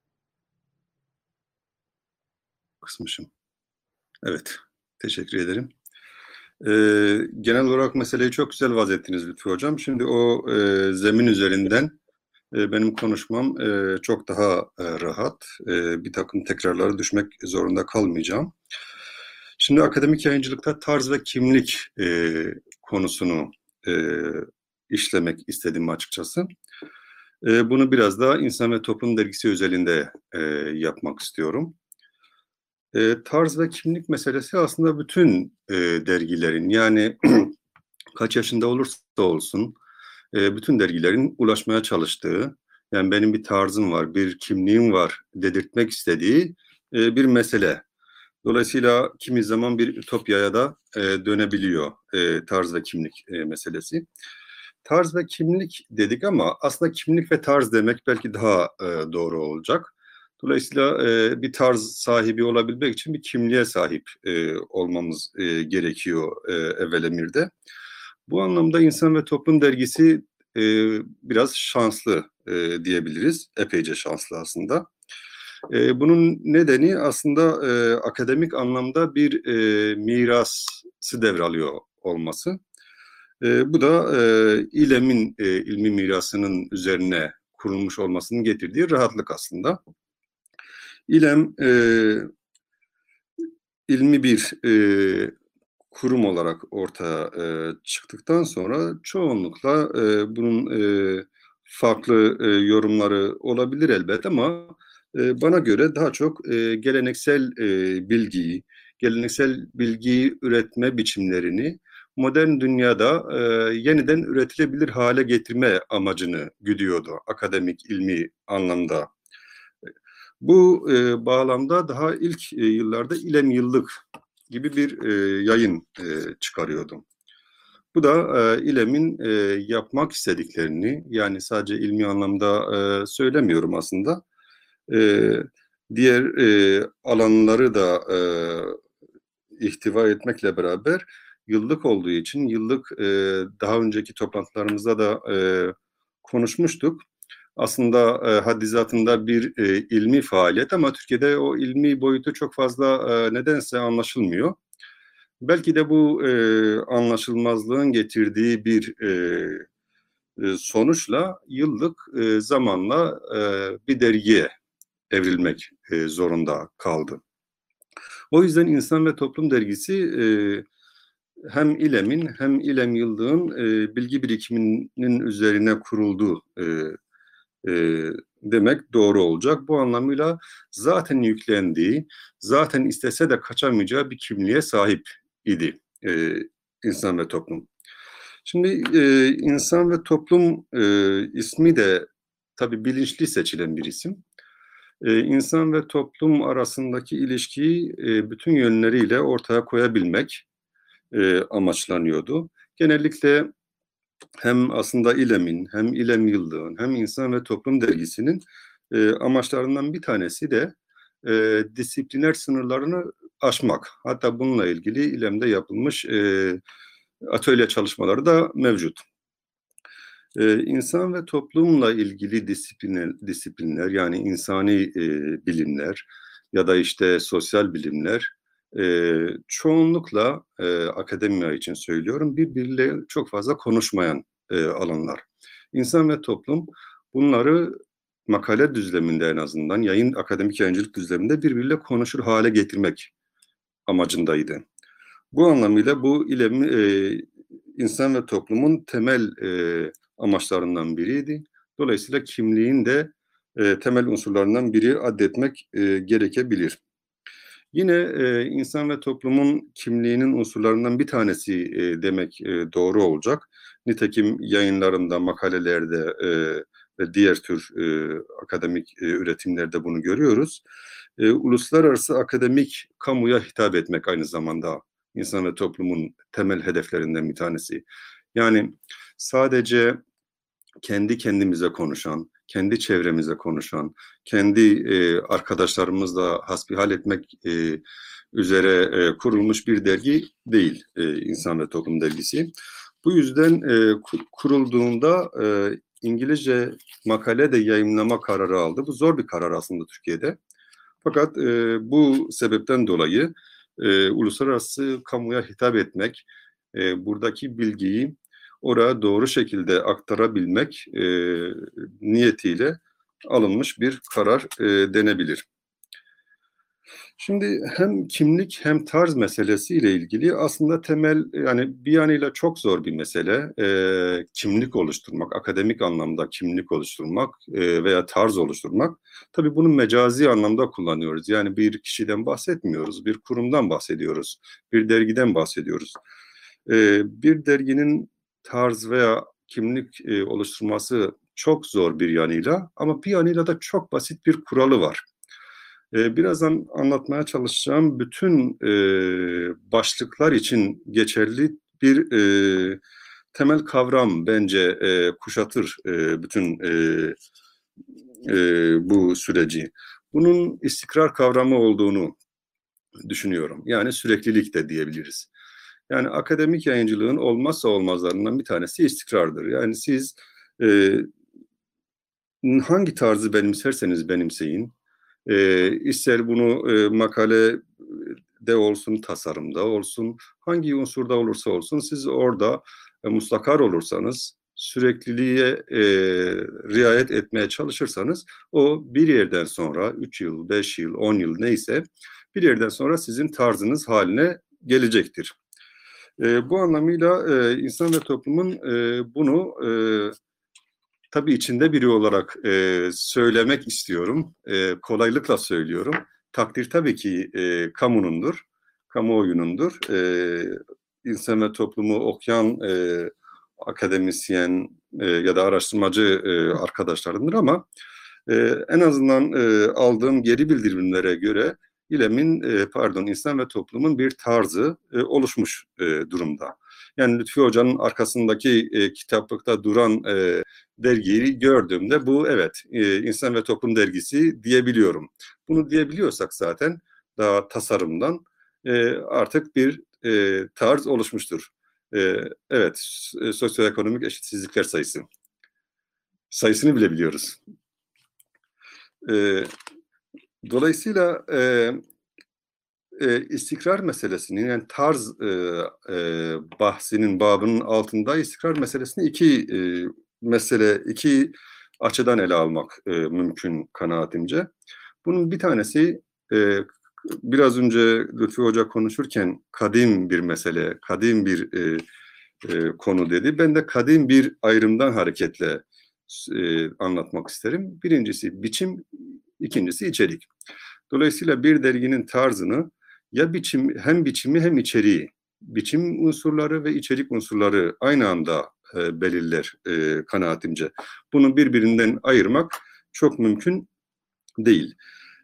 Kısmışım. Evet. Teşekkür ederim. Genel olarak meseleyi çok güzel vaz ettiniz Lütfü Hocam. Şimdi o zemin üzerinden benim konuşmam çok daha rahat. Bir takım tekrarlara düşmek zorunda kalmayacağım. Şimdi akademik yayıncılıkta tarz ve kimlik konusunu işlemek istedim açıkçası. Bunu biraz daha İnsan ve Toplum Dergisi özelinde yapmak istiyorum. Tarz ve kimlik meselesi aslında bütün dergilerin, yani kaç yaşında olursa olsun bütün dergilerin ulaşmaya çalıştığı, yani benim bir tarzım var, bir kimliğim var dedirtmek istediği bir mesele. Dolayısıyla kimi zaman bir ütopyaya da dönebiliyor tarz ve kimlik meselesi. Tarz ve kimlik dedik ama aslında kimlik ve tarz demek belki daha doğru olacak. Dolayısıyla bir tarz sahibi olabilmek için bir kimliğe sahip olmamız gerekiyor evvel emirde. Bu anlamda İnsan ve Toplum Dergisi biraz şanslı diyebiliriz. Epeyce şanslı aslında. Bunun nedeni aslında akademik anlamda bir mirası devralıyor olması. Bu da İLEM'in ilmi mirasının üzerine kurulmuş olmasının getirdiği rahatlık aslında. İLEM ilmi bir kurum olarak ortaya çıktıktan sonra çoğunlukla bunun farklı yorumları olabilir elbet ama bana göre daha çok geleneksel bilgiyi üretme biçimlerini modern dünyada yeniden üretilebilir hale getirme amacını güdüyordu akademik ilmi anlamda. Bu bağlamda daha ilk yıllarda İLEM Yıllık gibi bir yayın çıkarıyordum. Bu da İLEM'in yapmak istediklerini, yani sadece ilmi anlamda söylemiyorum aslında, diğer alanları da ihtiva etmekle beraber yıllık olduğu için yıllık daha önceki toplantılarımızda da konuşmuştuk. Aslında haddi zatında bir ilmi faaliyet ama Türkiye'de o ilmi boyutu çok fazla nedense anlaşılmıyor. Belki de bu anlaşılmazlığın getirdiği bir sonuçla yıllık zamanla bir dergiye evrilmek zorunda kaldı. O yüzden İnsan ve Toplum Dergisi hem İLEM'in hem İLEM Yıllığın bilgi birikiminin üzerine kuruldu demek doğru olacak. Bu anlamıyla zaten yüklendiği, zaten istese de kaçamayacağı bir kimliğe sahip idi İnsan ve Toplum. Şimdi İnsan ve Toplum ismi de tabii bilinçli seçilen bir isim. İnsan ve toplum arasındaki ilişkiyi bütün yönleriyle ortaya koyabilmek amaçlanıyordu. Genellikle hem aslında İLEM'in, hem İLEM Yıllığın, hem İnsan ve Toplum Dergisi'nin amaçlarından bir tanesi de disipliner sınırlarını aşmak. Hatta bununla ilgili İLEM'de yapılmış atölye çalışmaları da mevcut. İnsan ve toplumla ilgili disiplinler, yani insani bilimler, ya da işte sosyal bilimler çoğunlukla akademiya için söylüyorum birbiriyle çok fazla konuşmayan alanlar. İnsan ve toplum bunları makale düzleminde en azından akademik yayıncılık düzleminde birbiriyle konuşur hale getirmek amacındaydı. Bu anlamıyla bu ilim insan ve toplumun temel amaçlarından biriydi. Dolayısıyla kimliğin de temel unsurlarından biri addetmek gerekebilir. Yine insan ve toplumun kimliğinin unsurlarından bir tanesi demek doğru olacak. Nitekim yayınlarında, makalelerde ve diğer tür akademik üretimlerde bunu görüyoruz. Uluslararası akademik kamuya hitap etmek aynı zamanda insan ve toplumun temel hedeflerinden bir tanesi. Yani sadece kendi kendimize konuşan, kendi çevremize konuşan, kendi arkadaşlarımızla hasbihal etmek üzere kurulmuş bir dergi değil İnsan ve Toplum Dergisi. Bu yüzden kurulduğunda İngilizce makale de yayımlama kararı aldı. Bu zor bir karar aslında Türkiye'de. Fakat bu sebepten dolayı uluslararası kamuya hitap etmek, buradaki bilgiyi oraya doğru şekilde aktarabilmek niyetiyle alınmış bir karar denebilir. Şimdi hem kimlik hem tarz meselesiyle ilgili aslında temel yani bir yanıyla çok zor bir mesele. Kimlik oluşturmak, akademik anlamda kimlik oluşturmak veya tarz oluşturmak. Tabii bunu mecazi anlamda kullanıyoruz. Yani bir kişiden bahsetmiyoruz, bir kurumdan bahsediyoruz, bir dergiden bahsediyoruz. Bir derginin tarz veya kimlik oluşturması çok zor bir yanıyla ama bir yanıyla da çok basit bir kuralı var. Birazdan anlatmaya çalışacağım bütün başlıklar için geçerli bir temel kavram bence kuşatır bütün bu süreci. Bunun istikrar kavramı olduğunu düşünüyorum. Yani süreklilik de diyebiliriz. Yani akademik yayıncılığın olmazsa olmazlarından bir tanesi istikrardır. Yani siz hangi tarzı benimserseniz benimseyin, ister bunu makale de olsun, tasarımda olsun, hangi unsurda olursa olsun siz orada mustakar olursanız, sürekliliğe riayet etmeye çalışırsanız o bir yerden sonra 3 yıl, 5 yıl, 10 yıl neyse bir yerden sonra sizin tarzınız haline gelecektir. Bu anlamıyla insan ve toplumun bunu tabii içinde biri olarak söylemek istiyorum. Kolaylıkla söylüyorum. Takdir tabii ki kamunundur, kamuoyunundur. İnsan ve toplumu okuyan akademisyen ya da araştırmacı arkadaşlarımdır ama en azından aldığım geri bildirimlere göre insan ve toplumun bir tarzı oluşmuş durumda. Yani Lütfi Hoca'nın arkasındaki kitaplıkta duran dergiyi gördüğümde bu evet İnsan ve Toplum Dergisi diyebiliyorum. Bunu diyebiliyorsak zaten daha tasarımdan artık bir tarz oluşmuştur. Evet, sosyoekonomik eşitsizlikler sayısını bile biliyoruz. Dolayısıyla istikrar meselesinin yani tarz bahsinin babının altında istikrar meselesini iki açıdan ele almak mümkün kanaatimce. Bunun bir tanesi biraz önce Lütfi Hoca konuşurken kadim bir mesele, kadim bir konu dedi. Ben de kadim bir ayrımdan hareketle anlatmak isterim. Birincisi biçim, ikincisi içerik. Dolayısıyla bir derginin tarzını ya hem biçimi hem içeriği, biçim unsurları ve içerik unsurları aynı anda belirler kanaatimce. Bunu birbirinden ayırmak çok mümkün değil.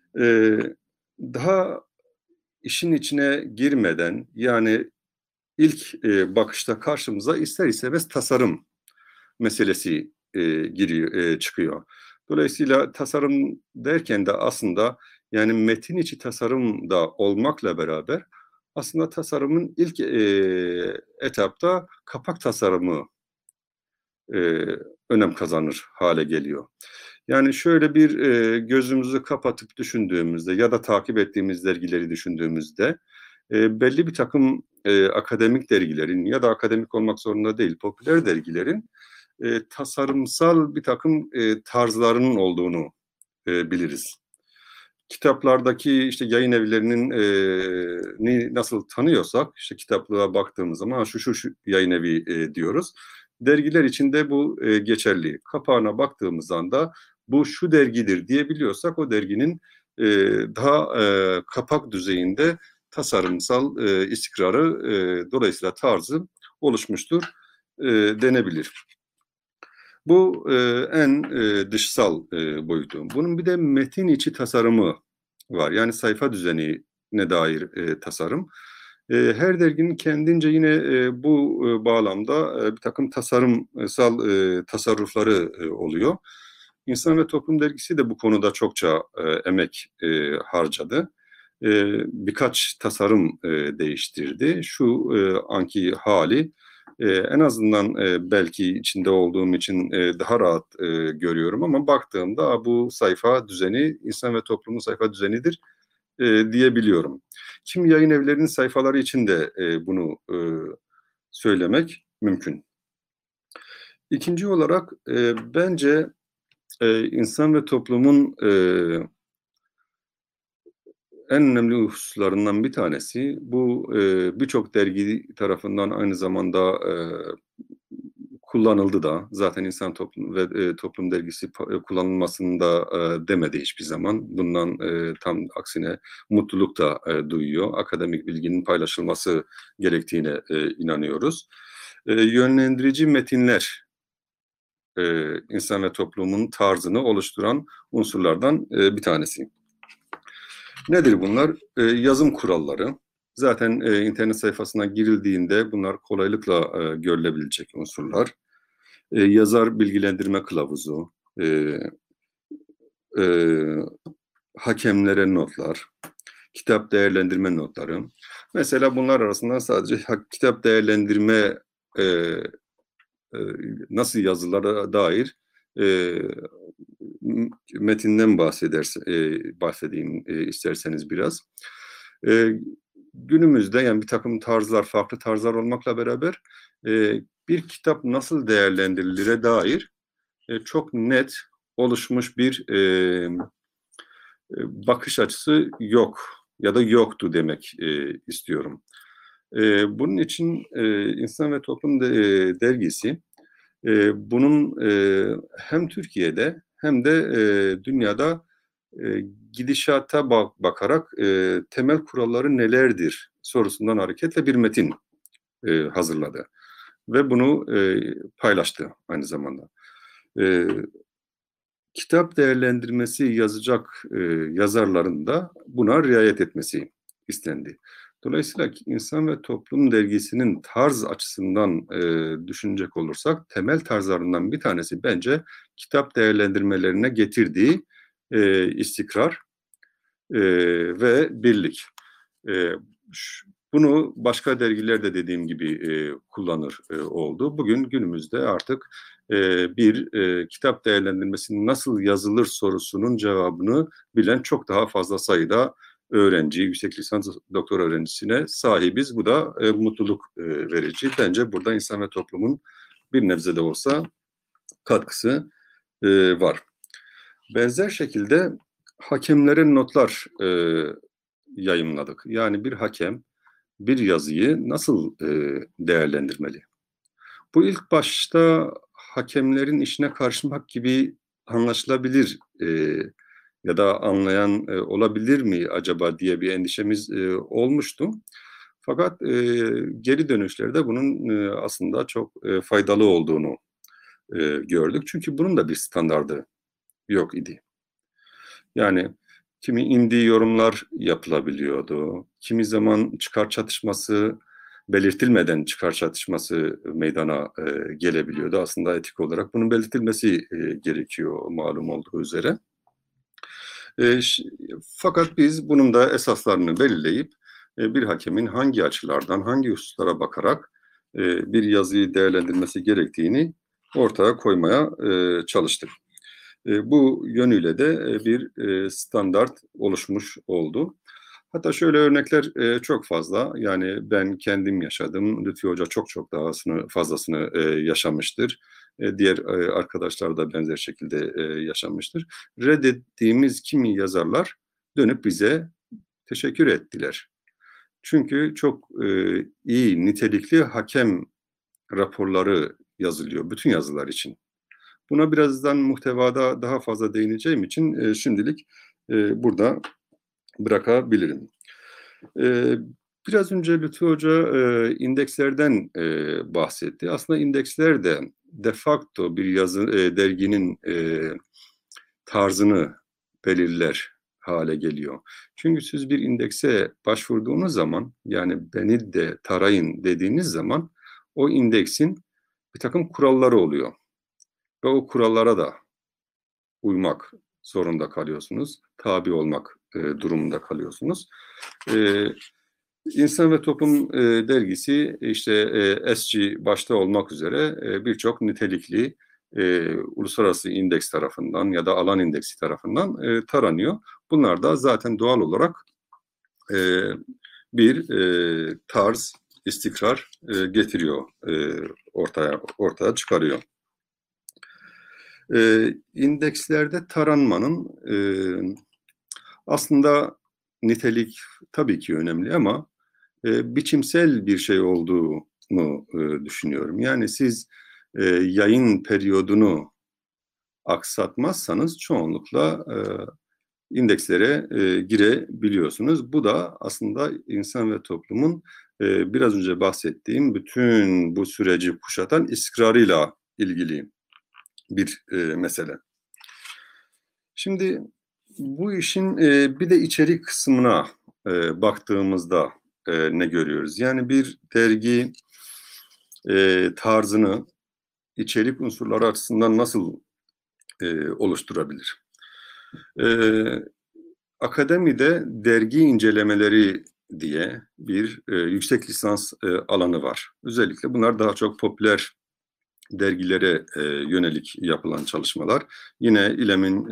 Daha işin içine girmeden yani ilk bakışta karşımıza ister istemez tasarım meselesi çıkıyor. Dolayısıyla tasarım derken de aslında yani metin içi tasarım da olmakla beraber aslında tasarımın ilk etapta kapak tasarımı önem kazanır hale geliyor. Yani şöyle bir gözümüzü kapatıp düşündüğümüzde ya da takip ettiğimiz dergileri düşündüğümüzde belli bir takım akademik dergilerin ya da akademik olmak zorunda değil, popüler dergilerin tasarımsal bir takım tarzlarının olduğunu biliriz. Kitaplardaki işte yayın evlerinin ni nasıl tanıyorsak, işte kitaplığa baktığımız zaman şu yayın evi diyoruz. Dergiler için de bu geçerli. Kapağına baktığımız anda bu şu dergidir diyebiliyorsak o derginin daha kapak düzeyinde tasarımsal istikrarı dolayısıyla tarzı oluşmuştur denebilir. Bu en dışsal boyutu. Bunun bir de metin içi tasarımı var. Yani sayfa düzenine dair tasarım. Her derginin kendince yine bu bağlamda bir takım tasarımsal tasarrufları oluyor. İnsan ve Toplum Dergisi de bu konuda çokça emek harcadı. Birkaç tasarım değiştirdi. Şu anki hali en azından belki içinde olduğum için daha rahat görüyorum ama baktığımda bu sayfa düzeni insan ve toplumun sayfa düzenidir diyebiliyorum. Kimi yayın evlerinin sayfaları için de bunu söylemek mümkün. İkinci olarak bence insan ve toplumun en önemli hususlarından bir tanesi bu birçok dergi tarafından aynı zamanda kullanıldı da zaten İnsan Toplum ve Toplum Dergisi kullanılmasını da demedi hiçbir zaman. Bundan tam aksine mutluluk da duyuyor. Akademik bilginin paylaşılması gerektiğine inanıyoruz. Yönlendirici metinler insan ve toplumun tarzını oluşturan unsurlardan bir tanesi. Nedir bunlar? Yazım kuralları. Zaten internet sayfasına girildiğinde bunlar kolaylıkla görülebilecek unsurlar. Yazar bilgilendirme kılavuzu, hakemlere notlar, kitap değerlendirme notları. Mesela bunlar arasında sadece kitap değerlendirme nasıl yazılara dair metinden bahsedeyim isterseniz biraz. Günümüzde yani bir takım tarzlar, farklı tarzlar olmakla beraber bir kitap nasıl değerlendirilire dair çok net oluşmuş bir bakış açısı yok ya da yoktu demek istiyorum. Bunun için İnsan ve Toplum Dergisi bunun hem Türkiye'de hem de dünyada gidişata bakarak temel kuralları nelerdir sorusundan hareketle bir metin hazırladı ve bunu paylaştı aynı zamanda. Kitap değerlendirmesi yazacak yazarların da buna riayet etmesi istendi. Dolayısıyla İnsan ve Toplum Dergisi'nin tarz açısından düşünecek olursak temel tarzlarından bir tanesi bence kitap değerlendirmelerine getirdiği istikrar ve birlik. Bunu başka dergiler de dediğim gibi kullanır oldu. Bugün günümüzde artık bir kitap değerlendirmesinin nasıl yazılır sorusunun cevabını bilen çok daha fazla sayıda öğrenci, yüksek lisans doktor öğrencisine sahibiz. Bu da mutluluk verici. Bence burada insan ve toplumun bir nebze de olsa katkısı var. Benzer şekilde hakemlere notlar yayımladık. Yani bir hakem bir yazıyı nasıl değerlendirmeli? Bu ilk başta hakemlerin işine karışmak gibi anlaşılabilir ya da anlayan olabilir mi acaba diye bir endişemiz olmuştu. Fakat geri dönüşlerde bunun aslında çok faydalı olduğunu gördük. Çünkü bunun da bir standardı yok idi. Yani kimi indiği yorumlar yapılabiliyordu. Kimi zaman çıkar çatışması belirtilmeden çıkar çatışması meydana gelebiliyordu. Aslında etik olarak bunun belirtilmesi gerekiyor malum olduğu üzere. Fakat biz bunun da esaslarını belirleyip bir hakemin hangi açılardan, hangi hususlara bakarak bir yazıyı değerlendirmesi gerektiğini ortaya koymaya çalıştık. Bu yönüyle de bir standart oluşmuş oldu. Hatta şöyle örnekler çok fazla. Yani ben kendim yaşadım. Lütfi Hoca çok çok daha fazlasını yaşamıştır. Diğer arkadaşlar da benzer şekilde yaşamıştır. Reddettiğimiz kimi yazarlar dönüp bize teşekkür ettiler. Çünkü çok iyi, nitelikli hakem raporları yazılıyor bütün yazılar için. Buna birazdan muhtevada daha fazla değineceğim için şimdilik burada bırakabilirim. Biraz önce Lütfü Hoca indekslerden bahsetti. Aslında indeksler de de facto bir derginin tarzını belirler hale geliyor. Çünkü siz bir indekse başvurduğunuz zaman, yani beni de tarayın dediğiniz zaman, o indeksin bir takım kuralları oluyor. Ve o kurallara da uymak zorunda kalıyorsunuz. Tabi olmak durumunda kalıyorsunuz. İnsan ve Toplum dergisi işte SG başta olmak üzere birçok nitelikli uluslararası indeks tarafından ya da alan indeksi tarafından taranıyor. Bunlar da zaten doğal olarak bir tarz, istikrar getiriyor, ortaya çıkarıyor. İndekslerde taranmanın aslında nitelik tabii ki önemli ama biçimsel bir şey olduğunu düşünüyorum. Yani siz yayın periyodunu aksatmazsanız çoğunlukla indekslere girebiliyorsunuz. Bu da aslında insan ve toplumun biraz önce bahsettiğim bütün bu süreci kuşatan istikrarıyla ilgili bir mesele. Şimdi bu işin bir de içerik kısmına baktığımızda ne görüyoruz? Yani bir dergi tarzını içerik unsurları açısından nasıl oluşturabilir? Akademide dergi incelemeleri diye bir yüksek lisans alanı var. Özellikle bunlar daha çok popüler dergilere yönelik yapılan çalışmalar. Yine İLEM'in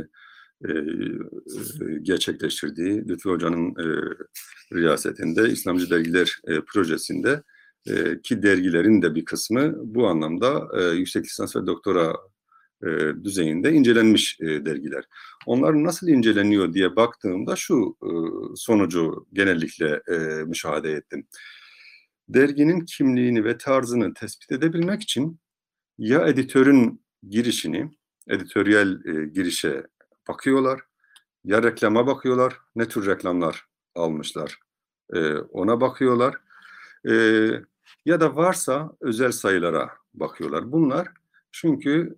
gerçekleştirdiği Lütfü Hoca'nın riyasetinde İslamcı Dergiler projesinde ki dergilerin de bir kısmı bu anlamda yüksek lisans ve doktora düzeyinde incelenmiş dergiler. Onlar nasıl inceleniyor diye baktığımda şu sonucu genellikle müşahede ettim. Derginin kimliğini ve tarzını tespit edebilmek için ya editörün girişini, editoryal girişe bakıyorlar, ya reklama bakıyorlar, ne tür reklamlar almışlar, ona bakıyorlar. Ya da varsa özel sayılara bakıyorlar. Bunlar çünkü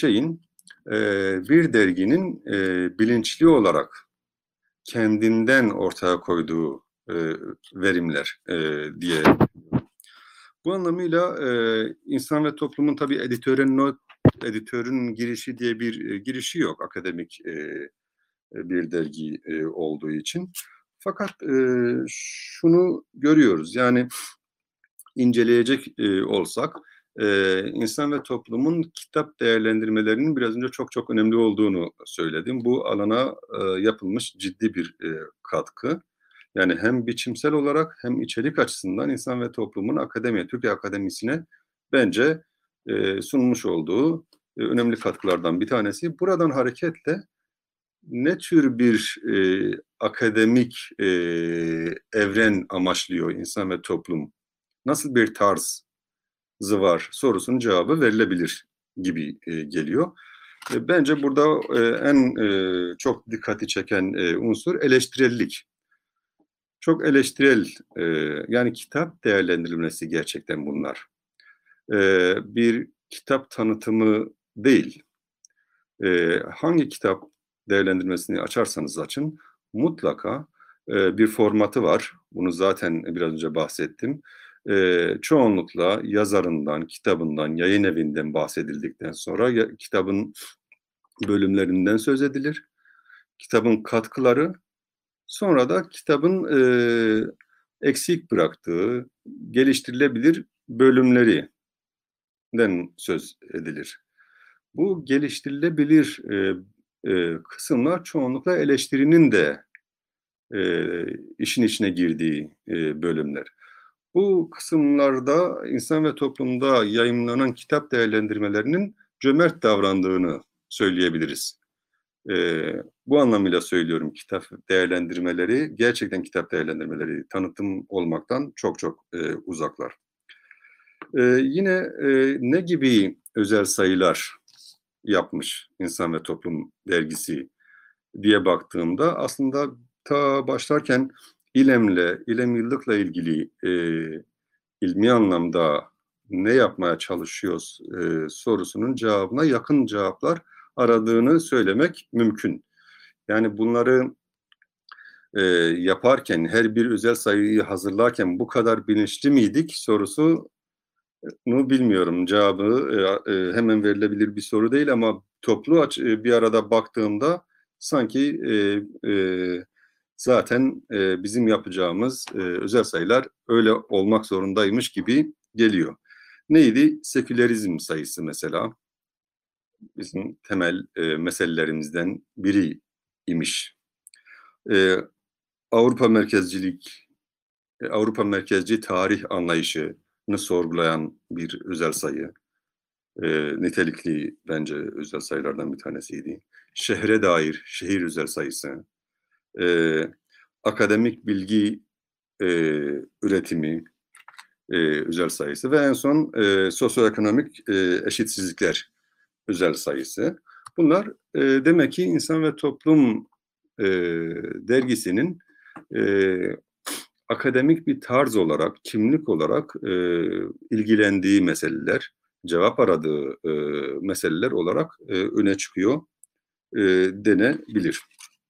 bir derginin bilinçli olarak kendinden ortaya koyduğu verimler diye. Bu anlamıyla insan ve toplumun tabii editörün girişi diye bir girişi yok akademik bir dergi olduğu için. Fakat şunu görüyoruz, yani inceleyecek olsak insan ve toplumun kitap değerlendirmelerinin biraz önce çok çok önemli olduğunu söyledim. Bu alana yapılmış ciddi bir katkı. Yani hem biçimsel olarak hem içerik açısından insan ve toplumun Türkiye Akademisi'ne bence sunmuş olduğu önemli katkılardan bir tanesi. Buradan hareketle ne tür bir akademik evren amaçlıyor insan ve toplum? Nasıl bir tarzı var sorusunun cevabı verilebilir gibi geliyor. Bence burada en çok dikkati çeken unsur eleştirellik. Çok eleştirel, yani kitap değerlendirilmesi gerçekten bunlar. Bir kitap tanıtımı değil. Hangi kitap değerlendirmesini açarsanız açın, mutlaka bir formatı var. Bunu zaten biraz önce bahsettim. Çoğunlukla yazarından, kitabından, yayın evinden bahsedildikten sonra kitabın bölümlerinden söz edilir. Kitabın katkıları, sonra da kitabın eksik bıraktığı, geliştirilebilir bölümlerinden söz edilir. Bu geliştirilebilir kısımlar çoğunlukla eleştirinin de işin içine girdiği bölümler. Bu kısımlarda insan ve toplumda yayımlanan kitap değerlendirmelerinin cömert davrandığını söyleyebiliriz. Bu anlamıyla söylüyorum, kitap değerlendirmeleri, gerçekten kitap değerlendirmeleri tanıtım olmaktan çok çok uzaklar. Yine ne gibi özel sayılar yapmış İnsan ve Toplum dergisi diye baktığımda aslında ta başlarken İlem Yıllık'la ilgili ilmi anlamda ne yapmaya çalışıyoruz sorusunun cevabına yakın cevaplar aradığını söylemek mümkün. Yani bunları yaparken, her bir özel sayıyı hazırlarken bu kadar bilinçli miydik sorusunu bilmiyorum. Cevabı hemen verilebilir bir soru değil ama toplu bir arada baktığımda sanki zaten bizim yapacağımız özel sayılar öyle olmak zorundaymış gibi geliyor. Neydi? Sekülerizm sayısı mesela bizim temel meselelerimizden biri imiş. E, Avrupa merkezcilik, Avrupa merkezci tarih anlayışını sorgulayan bir özel sayı. Nitelikli bence özel sayılardan bir tanesiydi. Şehre dair şehir özel sayısı, akademik bilgi e, üretimi özel sayısı ve en son sosyoekonomik eşitsizlikler özel sayısı. Bunlar demek ki İnsan ve Toplum dergisinin akademik bir tarz olarak, kimlik olarak ilgilendiği meseleler, cevap aradığı meseleler olarak öne çıkıyor denebilir.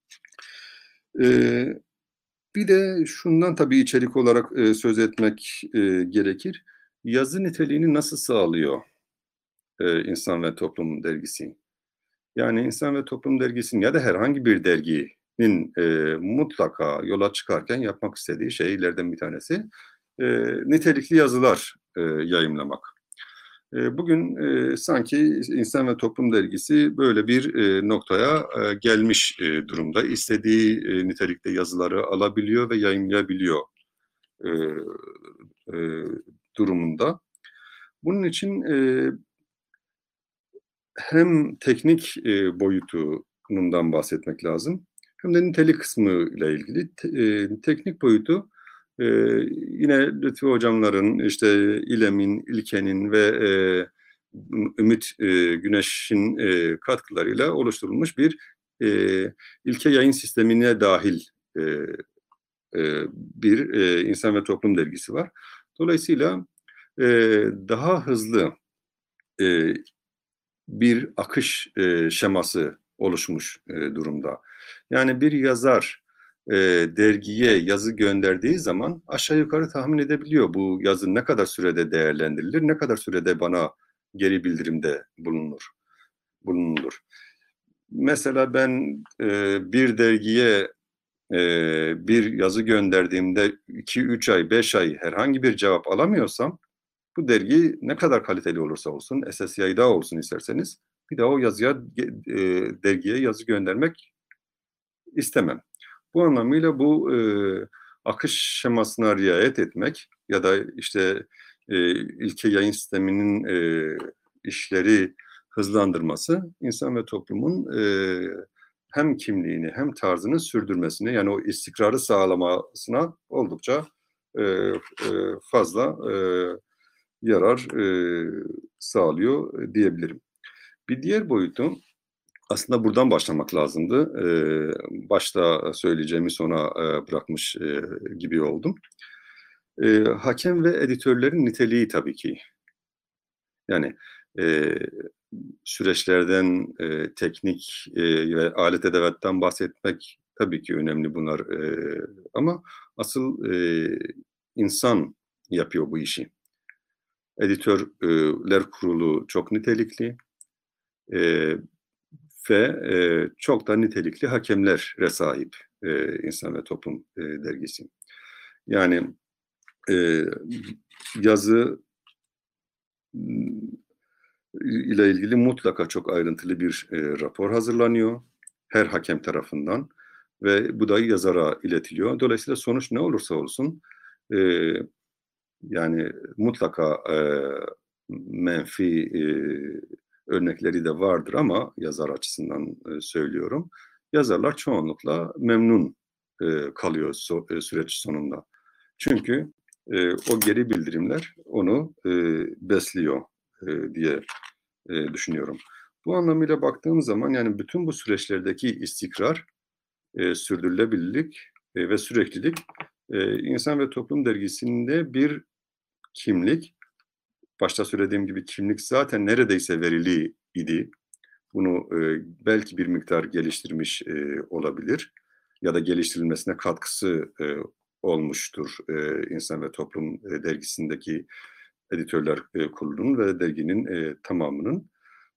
Bir de şundan tabii içerik olarak söz etmek gerekir. Yazı niteliğini nasıl sağlıyor İnsan ve Toplum dergisi? Yani İnsan ve Toplum dergisinin ya da herhangi bir derginin mutlaka yola çıkarken yapmak istediği şeylerden bir tanesi nitelikli yazılar yayımlamak. Bugün sanki İnsan ve Toplum dergisi böyle bir noktaya gelmiş durumda. İstediği nitelikte yazıları alabiliyor ve yayımlayabiliyor e, e, durumunda. Bunun için hem teknik boyutundan bahsetmek lazım, hem de nitelik kısmı ile ilgili. Teknik boyutu yine Lütfi hocamların, işte İlem'in, İlken'in ve Ümit Güneş'in katkılarıyla oluşturulmuş bir ilke yayın sistemine dahil e, bir İnsan ve Toplum dergisi var. Dolayısıyla daha hızlı bir akış şeması oluşmuş durumda. Yani bir yazar dergiye yazı gönderdiği zaman aşağı yukarı tahmin edebiliyor bu yazı ne kadar sürede değerlendirilir, ne kadar sürede bana geri bildirimde bulunur. Mesela ben bir dergiye bir yazı gönderdiğimde 2-3 ay, 5 ay herhangi bir cevap alamıyorsam bu dergi ne kadar kaliteli olursa olsun, SSY'da olsun isterseniz bir daha o dergiye yazı göndermek istemem. Bu anlamıyla bu akış şemasına riayet etmek ya da işte ilke yayın sisteminin işleri hızlandırması insan ve toplumun hem kimliğini hem tarzını sürdürmesine, yani o istikrarı sağlamasına oldukça fazla yarar sağlıyor diyebilirim. Bir diğer boyutu, aslında buradan başlamak lazımdı. Başta söyleyeceğimi sona bırakmış gibi oldum. Hakem ve editörlerin niteliği tabii ki. Yani süreçlerden, teknik ve alet edevattan bahsetmek tabii ki önemli bunlar. Ama asıl insan yapıyor bu işi. Editörler kurulu çok nitelikli ve çok da nitelikli hakemlere sahip İnsan ve Toplum dergisi. Yani yazı ile ilgili mutlaka çok ayrıntılı bir rapor hazırlanıyor her hakem tarafından ve bu da yazara iletiliyor. Dolayısıyla sonuç ne olursa olsun yani mutlaka menfi örnekleri de vardır ama yazar açısından söylüyorum. Yazarlar çoğunlukla memnun kalıyor süreç sonunda. Çünkü o geri bildirimler onu besliyor diye düşünüyorum. Bu anlamıyla baktığım zaman yani bütün bu süreçlerdeki istikrar, sürdürülebilirlik ve süreklilik İnsan ve Toplum Dergisi'nde bir kimlik. Başta söylediğim gibi kimlik zaten neredeyse verili idi. Bunu belki bir miktar geliştirmiş olabilir ya da geliştirilmesine katkısı olmuştur İnsan ve Toplum Dergisi'ndeki editörler kurulunun ve derginin tamamının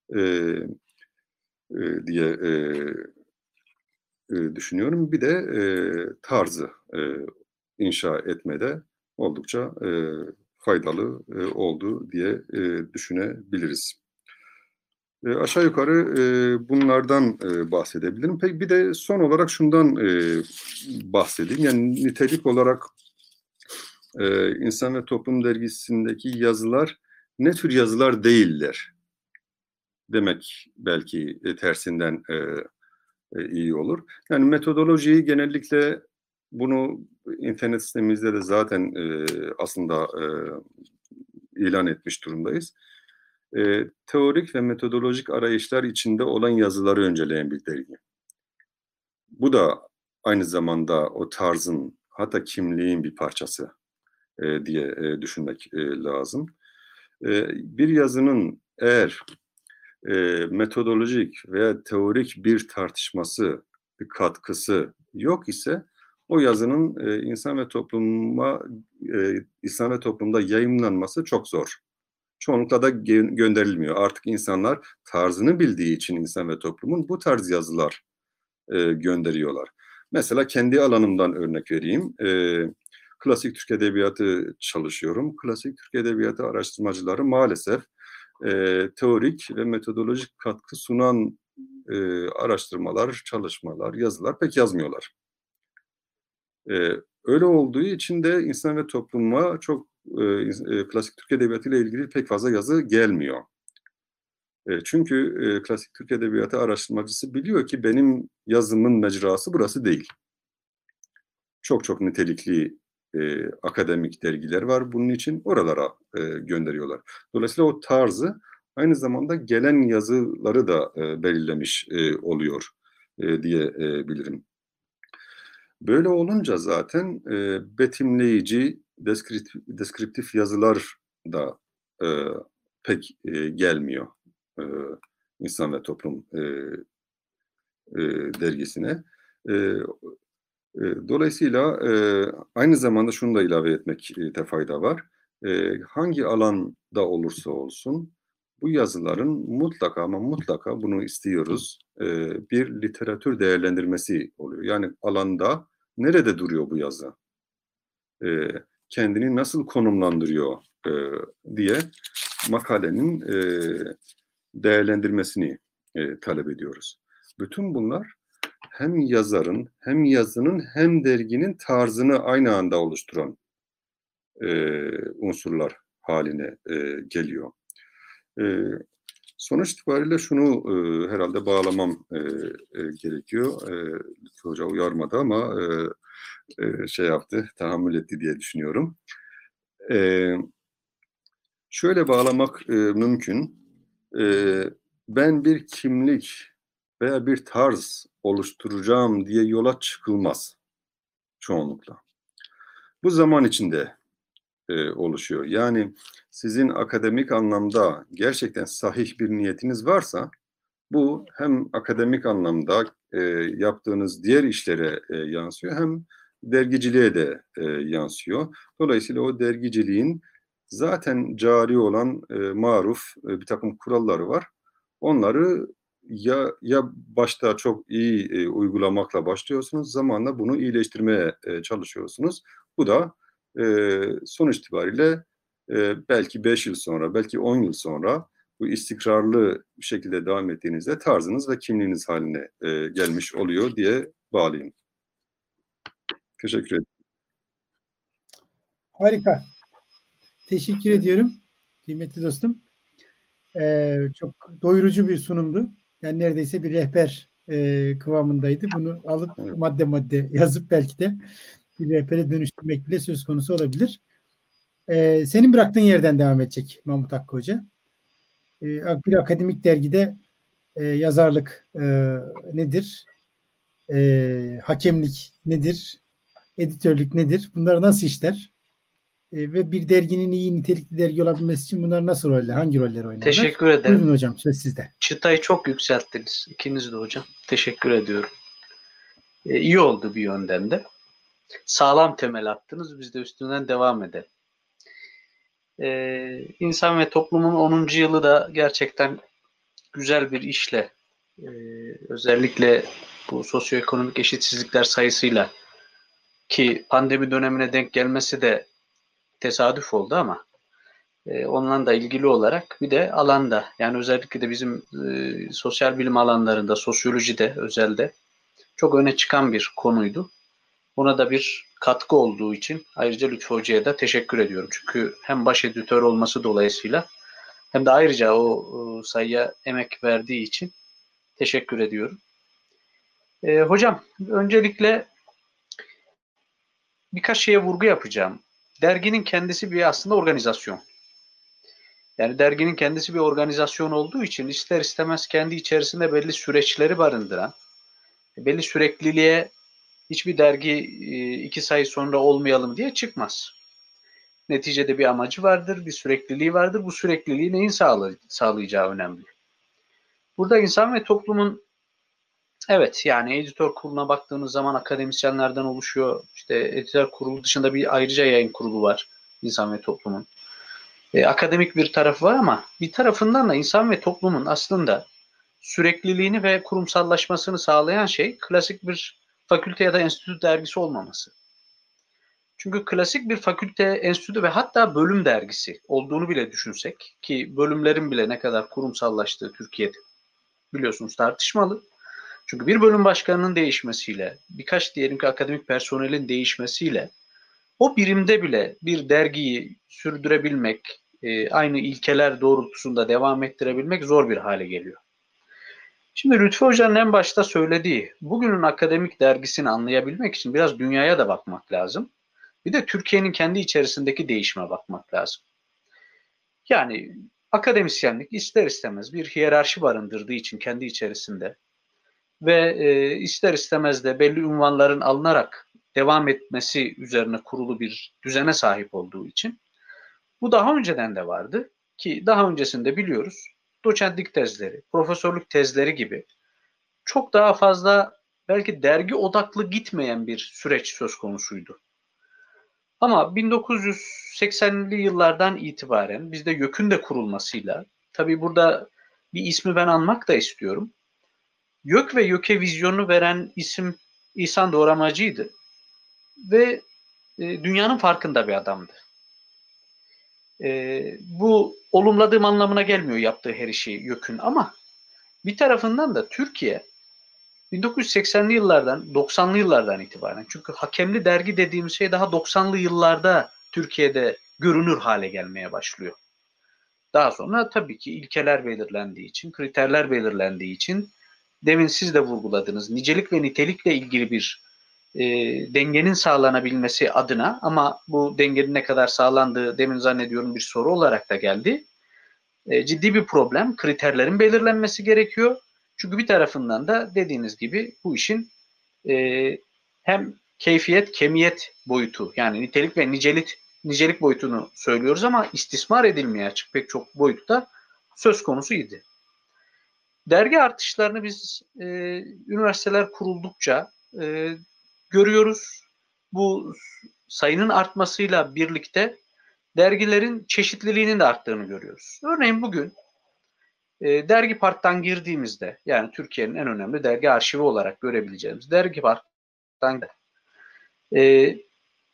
diye düşünüyorum. Bir de tarzı inşa etmede oldukça faydalı oldu diye düşünebiliriz. Aşağı yukarı bunlardan bahsedebilirim. Peki bir de son olarak şundan bahsedeyim. Yani nitelik olarak İnsan ve Toplum Dergisi'ndeki yazılar ne tür yazılar değiller demek belki tersinden iyi olur. Yani metodolojiyi genellikle bunu internet sitemizde de zaten aslında ilan etmiş durumdayız. Teorik ve metodolojik arayışlar içinde olan yazıları önceleyen bir dergi. Bu da aynı zamanda o tarzın hatta kimliğin bir parçası diye düşünmek lazım. Bir yazının eğer metodolojik veya teorik bir tartışması, bir katkısı yok ise o yazının insan ve toplumda yayımlanması çok zor. Çoğunlukla da gönderilmiyor. Artık insanlar tarzını bildiği için insan ve toplumun bu tarz yazılar gönderiyorlar. Mesela kendi alanımdan örnek vereyim. Klasik Türk Edebiyatı çalışıyorum. Klasik Türk Edebiyatı araştırmacıları maalesef teorik ve metodolojik katkı sunan araştırmalar, çalışmalar, yazılar pek yazmıyorlar. Öyle olduğu için de insan ve topluma çok klasik Türk Edebiyatı ile ilgili pek fazla yazı gelmiyor. Çünkü klasik Türk Edebiyatı araştırmacısı biliyor ki benim yazımın mecrası burası değil. Çok çok nitelikli akademik dergiler var bunun için. Oralara gönderiyorlar. Dolayısıyla o tarzı aynı zamanda gelen yazıları da belirlemiş oluyor diye bilirim. Böyle olunca zaten betimleyici, deskriptif yazılar da pek gelmiyor İnsan ve Toplum dergisine. Dolayısıyla aynı zamanda şunu da ilave etmekte fayda var. Hangi alanda olursa olsun bu yazıların mutlaka ama mutlaka bunu istiyoruz bir literatür değerlendirmesi oluyor. Yani alanda nerede duruyor bu yazı? Kendini nasıl konumlandırıyor diye makalenin değerlendirmesini talep ediyoruz. Bütün bunlar hem yazarın, hem yazının, hem derginin tarzını aynı anda oluşturan unsurlar haline geliyor. Sonuç itibariyle şunu herhalde bağlamam gerekiyor. Lütfü Hoca uyarmadı ama şey yaptı, tahammül etti diye düşünüyorum. Şöyle bağlamak mümkün. Ben bir kimlik veya bir tarz oluşturacağım diye yola çıkılmaz çoğunlukla. Bu zaman içinde oluşuyor. Yani sizin akademik anlamda gerçekten sahih bir niyetiniz varsa bu hem akademik anlamda yaptığınız diğer işlere yansıyor hem dergiciliğe de yansıyor. Dolayısıyla o dergiciliğin zaten cari olan maruf bir takım kuralları var. Onları ya başta çok iyi uygulamakla başlıyorsunuz, zamanla bunu iyileştirmeye çalışıyorsunuz. Bu da sonuç itibariyle belki 5 yıl sonra, belki 10 yıl sonra bu istikrarlı bir şekilde devam ettiğinizde tarzınız ve kimliğiniz haline gelmiş oluyor diye bağlayayım. Teşekkür ederim. Harika. Teşekkür ediyorum kıymetli dostum. Çok doyurucu bir sunumdu. Yani neredeyse bir rehber kıvamındaydı. Bunu alıp Evet. madde madde yazıp belki de bir rehbere dönüştürmek bile söz konusu olabilir. Senin bıraktığın yerden devam edecek Mahmut Hakkı Hoca. Bir akademik dergide yazarlık nedir? Hakemlik nedir? Editörlük nedir? Bunları nasıl işler? Ve bir derginin iyi nitelikli dergi olabilmesi için bunlar nasıl roller, hangi roller oynarlar? Teşekkür ederim. Buyurun hocam, söz sizde. Çıtayı çok yükselttiniz. İkiniz de hocam. Teşekkür ediyorum. İyi oldu bir yönden de. Sağlam temel attınız. Biz de üstünden devam edelim. İnsan ve Toplumun 10. yılı da gerçekten güzel bir işle, özellikle bu sosyoekonomik eşitsizlikler sayısıyla, ki pandemi dönemine denk gelmesi de tesadüf oldu ama onunla da ilgili olarak bir de alanda, yani özellikle de bizim sosyal bilim alanlarında, sosyolojide özelde çok öne çıkan bir konuydu. Buna da bir katkı olduğu için ayrıca Lütfü Hoca'ya da teşekkür ediyorum. Çünkü hem baş editör olması dolayısıyla hem de ayrıca o sayıya emek verdiği için teşekkür ediyorum. Hocam, öncelikle birkaç şeye vurgu yapacağım. Derginin kendisi bir aslında organizasyon. Yani derginin kendisi bir organizasyon olduğu için ister istemez kendi içerisinde belli süreçleri barındıran, belli sürekliliğe hiçbir dergi 2 sayı sonra olmayalım diye çıkmaz. Neticede bir amacı vardır, bir sürekliliği vardır. Bu sürekliliği neyin sağlayacağı önemli. Burada insan ve toplumun, evet, yani editör kuruluna baktığınız zaman akademisyenlerden oluşuyor. İşte editör kurulu dışında bir ayrıca yayın kurulu var insan ve toplumun. Akademik bir tarafı var ama bir tarafından da insan ve toplumun aslında sürekliliğini ve kurumsallaşmasını sağlayan şey klasik bir fakülte ya da enstitü dergisi olmaması. Çünkü klasik bir fakülte, enstitü ve hatta bölüm dergisi olduğunu bile düşünsek, ki bölümlerin bile ne kadar kurumsallaştığı Türkiye'de biliyorsunuz tartışmalı. Çünkü bir bölüm başkanının değişmesiyle, birkaç diyelim ki akademik personelin değişmesiyle o birimde bile bir dergiyi sürdürebilmek, aynı ilkeler doğrultusunda devam ettirebilmek zor bir hale geliyor. Şimdi Lütfü Hoca'nın en başta söylediği, bugünün akademik dergisini anlayabilmek için biraz dünyaya da bakmak lazım. Bir de Türkiye'nin kendi içerisindeki değişime bakmak lazım. Yani akademisyenlik ister istemez bir hiyerarşi barındırdığı için kendi içerisinde ve ister istemez de belli unvanların alınarak devam etmesi üzerine kurulu bir düzene sahip olduğu için bu daha önceden de vardı ki daha öncesinde biliyoruz doçentlik tezleri, profesörlük tezleri gibi çok daha fazla belki dergi odaklı gitmeyen bir süreç söz konusuydu. Ama 1980'li yıllardan itibaren bizde YÖK'ün de kurulmasıyla, tabii burada bir ismi ben anmak da istiyorum. YÖK ve YÖK'e vizyonu veren isim İhsan Doğramacı'ydı ve dünyanın farkında bir adamdı. Bu olumladığım anlamına gelmiyor yaptığı her işi YÖK'ün, ama bir tarafından da Türkiye 1980'li yıllardan, 90'lı yıllardan itibaren, çünkü hakemli dergi dediğimiz şey daha 90'lı yıllarda Türkiye'de görünür hale gelmeye başlıyor. Daha sonra tabii ki ilkeler belirlendiği için, kriterler belirlendiği için, demin siz de vurguladınız, nicelik ve nitelikle ilgili bir dengenin sağlanabilmesi adına, ama bu dengenin ne kadar sağlandığı demin zannediyorum bir soru olarak da geldi. Ciddi bir problem, kriterlerin belirlenmesi gerekiyor. Çünkü bir tarafından da dediğiniz gibi bu işin hem keyfiyet, kemiyet boyutu, yani nitelik ve nicelik boyutunu söylüyoruz ama istismar edilmeye açık pek çok boyutta söz konusuydu. Dergi artışlarını biz üniversiteler kuruldukça görüyoruz. Bu sayının artmasıyla birlikte dergilerin çeşitliliğinin de arttığını görüyoruz. Örneğin bugün Dergi Park'tan girdiğimizde, yani Türkiye'nin en önemli dergi arşivi olarak görebileceğimiz Dergi Park'tan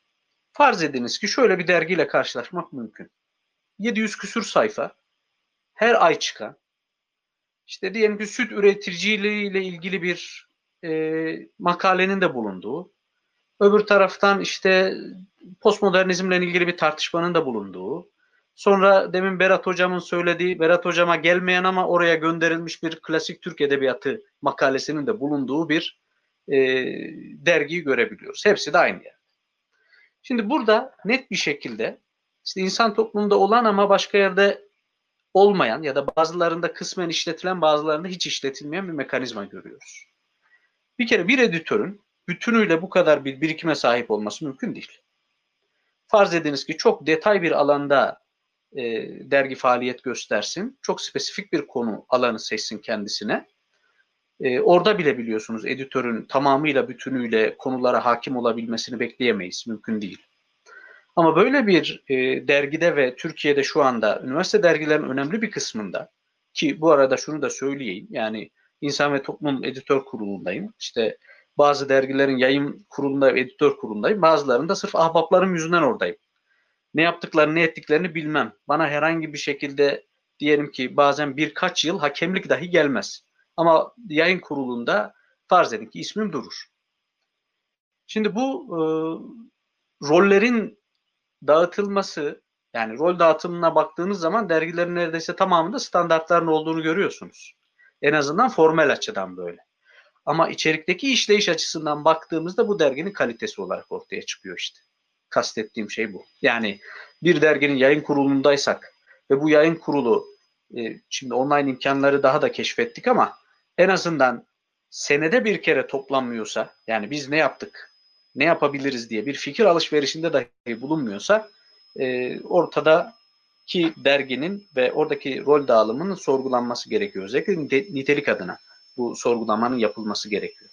farz ediniz ki şöyle bir dergiyle karşılaşmak mümkün. 700 küsür sayfa, her ay çıkan, işte diyelim ki süt üreticiliğiyle ilgili bir makalenin de bulunduğu, öbür taraftan işte postmodernizmle ilgili bir tartışmanın da bulunduğu, sonra demin Berat Hocam'ın söylediği, Berat Hocam'a gelmeyen ama oraya gönderilmiş bir klasik Türk Edebiyatı makalesinin de bulunduğu bir dergiyi görebiliyoruz. Hepsi de aynı yer. Şimdi burada net bir şekilde işte insan toplumunda olan ama başka yerde olmayan ya da bazılarında kısmen işletilen, bazılarında hiç işletilmeyen bir mekanizma görüyoruz. Bir kere bir editörün bütünüyle bu kadar bir birikime sahip olması mümkün değil. Farz ediniz ki çok detay bir alanda dergi faaliyet göstersin, çok spesifik bir konu alanı seçsin kendisine. Orada bile biliyorsunuz editörün tamamıyla bütünüyle konulara hakim olabilmesini bekleyemeyiz, mümkün değil. Ama böyle bir dergide ve Türkiye'de şu anda üniversite dergilerinin önemli bir kısmında, ki bu arada şunu da söyleyeyim, yani İnsan ve Toplum Editör Kurulu'ndayım. İşte bazı dergilerin yayın kurulunda ve editör kurulundayım. Bazılarında sırf ahbaplarım yüzünden oradayım. Ne yaptıklarını, ne ettiklerini bilmem. Bana herhangi bir şekilde diyelim ki bazen birkaç yıl hakemlik dahi gelmez. Ama yayın kurulunda farz edin ki ismim durur. Şimdi bu rollerin dağıtılması, yani rol dağıtımına baktığınız zaman dergilerin neredeyse tamamında standartların olduğunu görüyorsunuz. En azından formel açıdan böyle. Ama içerikteki işleyiş açısından baktığımızda bu derginin kalitesi olarak ortaya çıkıyor işte. Kastettiğim şey bu. Yani bir derginin yayın kurulundaysak ve bu yayın kurulu şimdi online imkanları daha da keşfettik ama en azından senede bir kere toplanmıyorsa, yani biz ne yaptık, ne yapabiliriz diye bir fikir alışverişinde dahi bulunmuyorsa ortadaki derginin ve oradaki rol dağılımının sorgulanması gerekiyor. Özellikle nitelik adına bu sorgulamanın yapılması gerekiyor.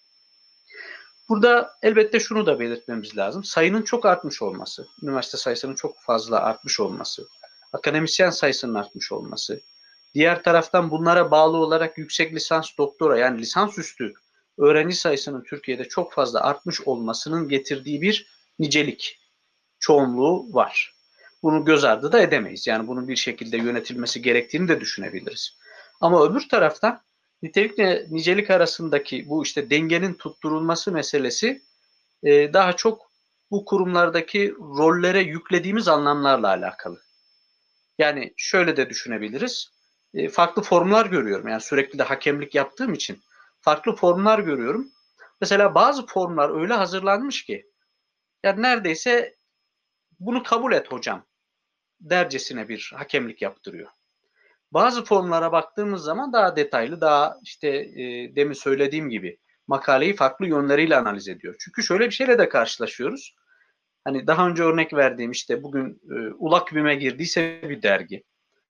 Burada elbette şunu da belirtmemiz lazım. Sayının çok artmış olması, üniversite sayısının çok fazla artmış olması, akademisyen sayısının artmış olması, diğer taraftan bunlara bağlı olarak yüksek lisans, doktora yani lisansüstü öğrenci sayısının Türkiye'de çok fazla artmış olmasının getirdiği bir nicelik çoğunluğu var. Bunu göz ardı da edemeyiz. Yani bunun bir şekilde yönetilmesi gerektiğini de düşünebiliriz. Ama öbür taraftan nitelikle nicelik arasındaki bu işte dengenin tutturulması meselesi daha çok bu kurumlardaki rollere yüklediğimiz anlamlarla alakalı. Yani şöyle de düşünebiliriz. Farklı formlar görüyorum. Yani sürekli de hakemlik yaptığım için farklı formlar görüyorum. Mesela bazı formlar öyle hazırlanmış ki yani neredeyse bunu kabul et hocam dercesine bir hakemlik yaptırıyor. Bazı formlara baktığımız zaman daha detaylı, daha işte demin söylediğim gibi makaleyi farklı yönleriyle analiz ediyor. Çünkü şöyle bir şeyle de karşılaşıyoruz. Hani daha önce örnek verdiğim işte bugün Ulak BİM'e girdiyse bir dergi.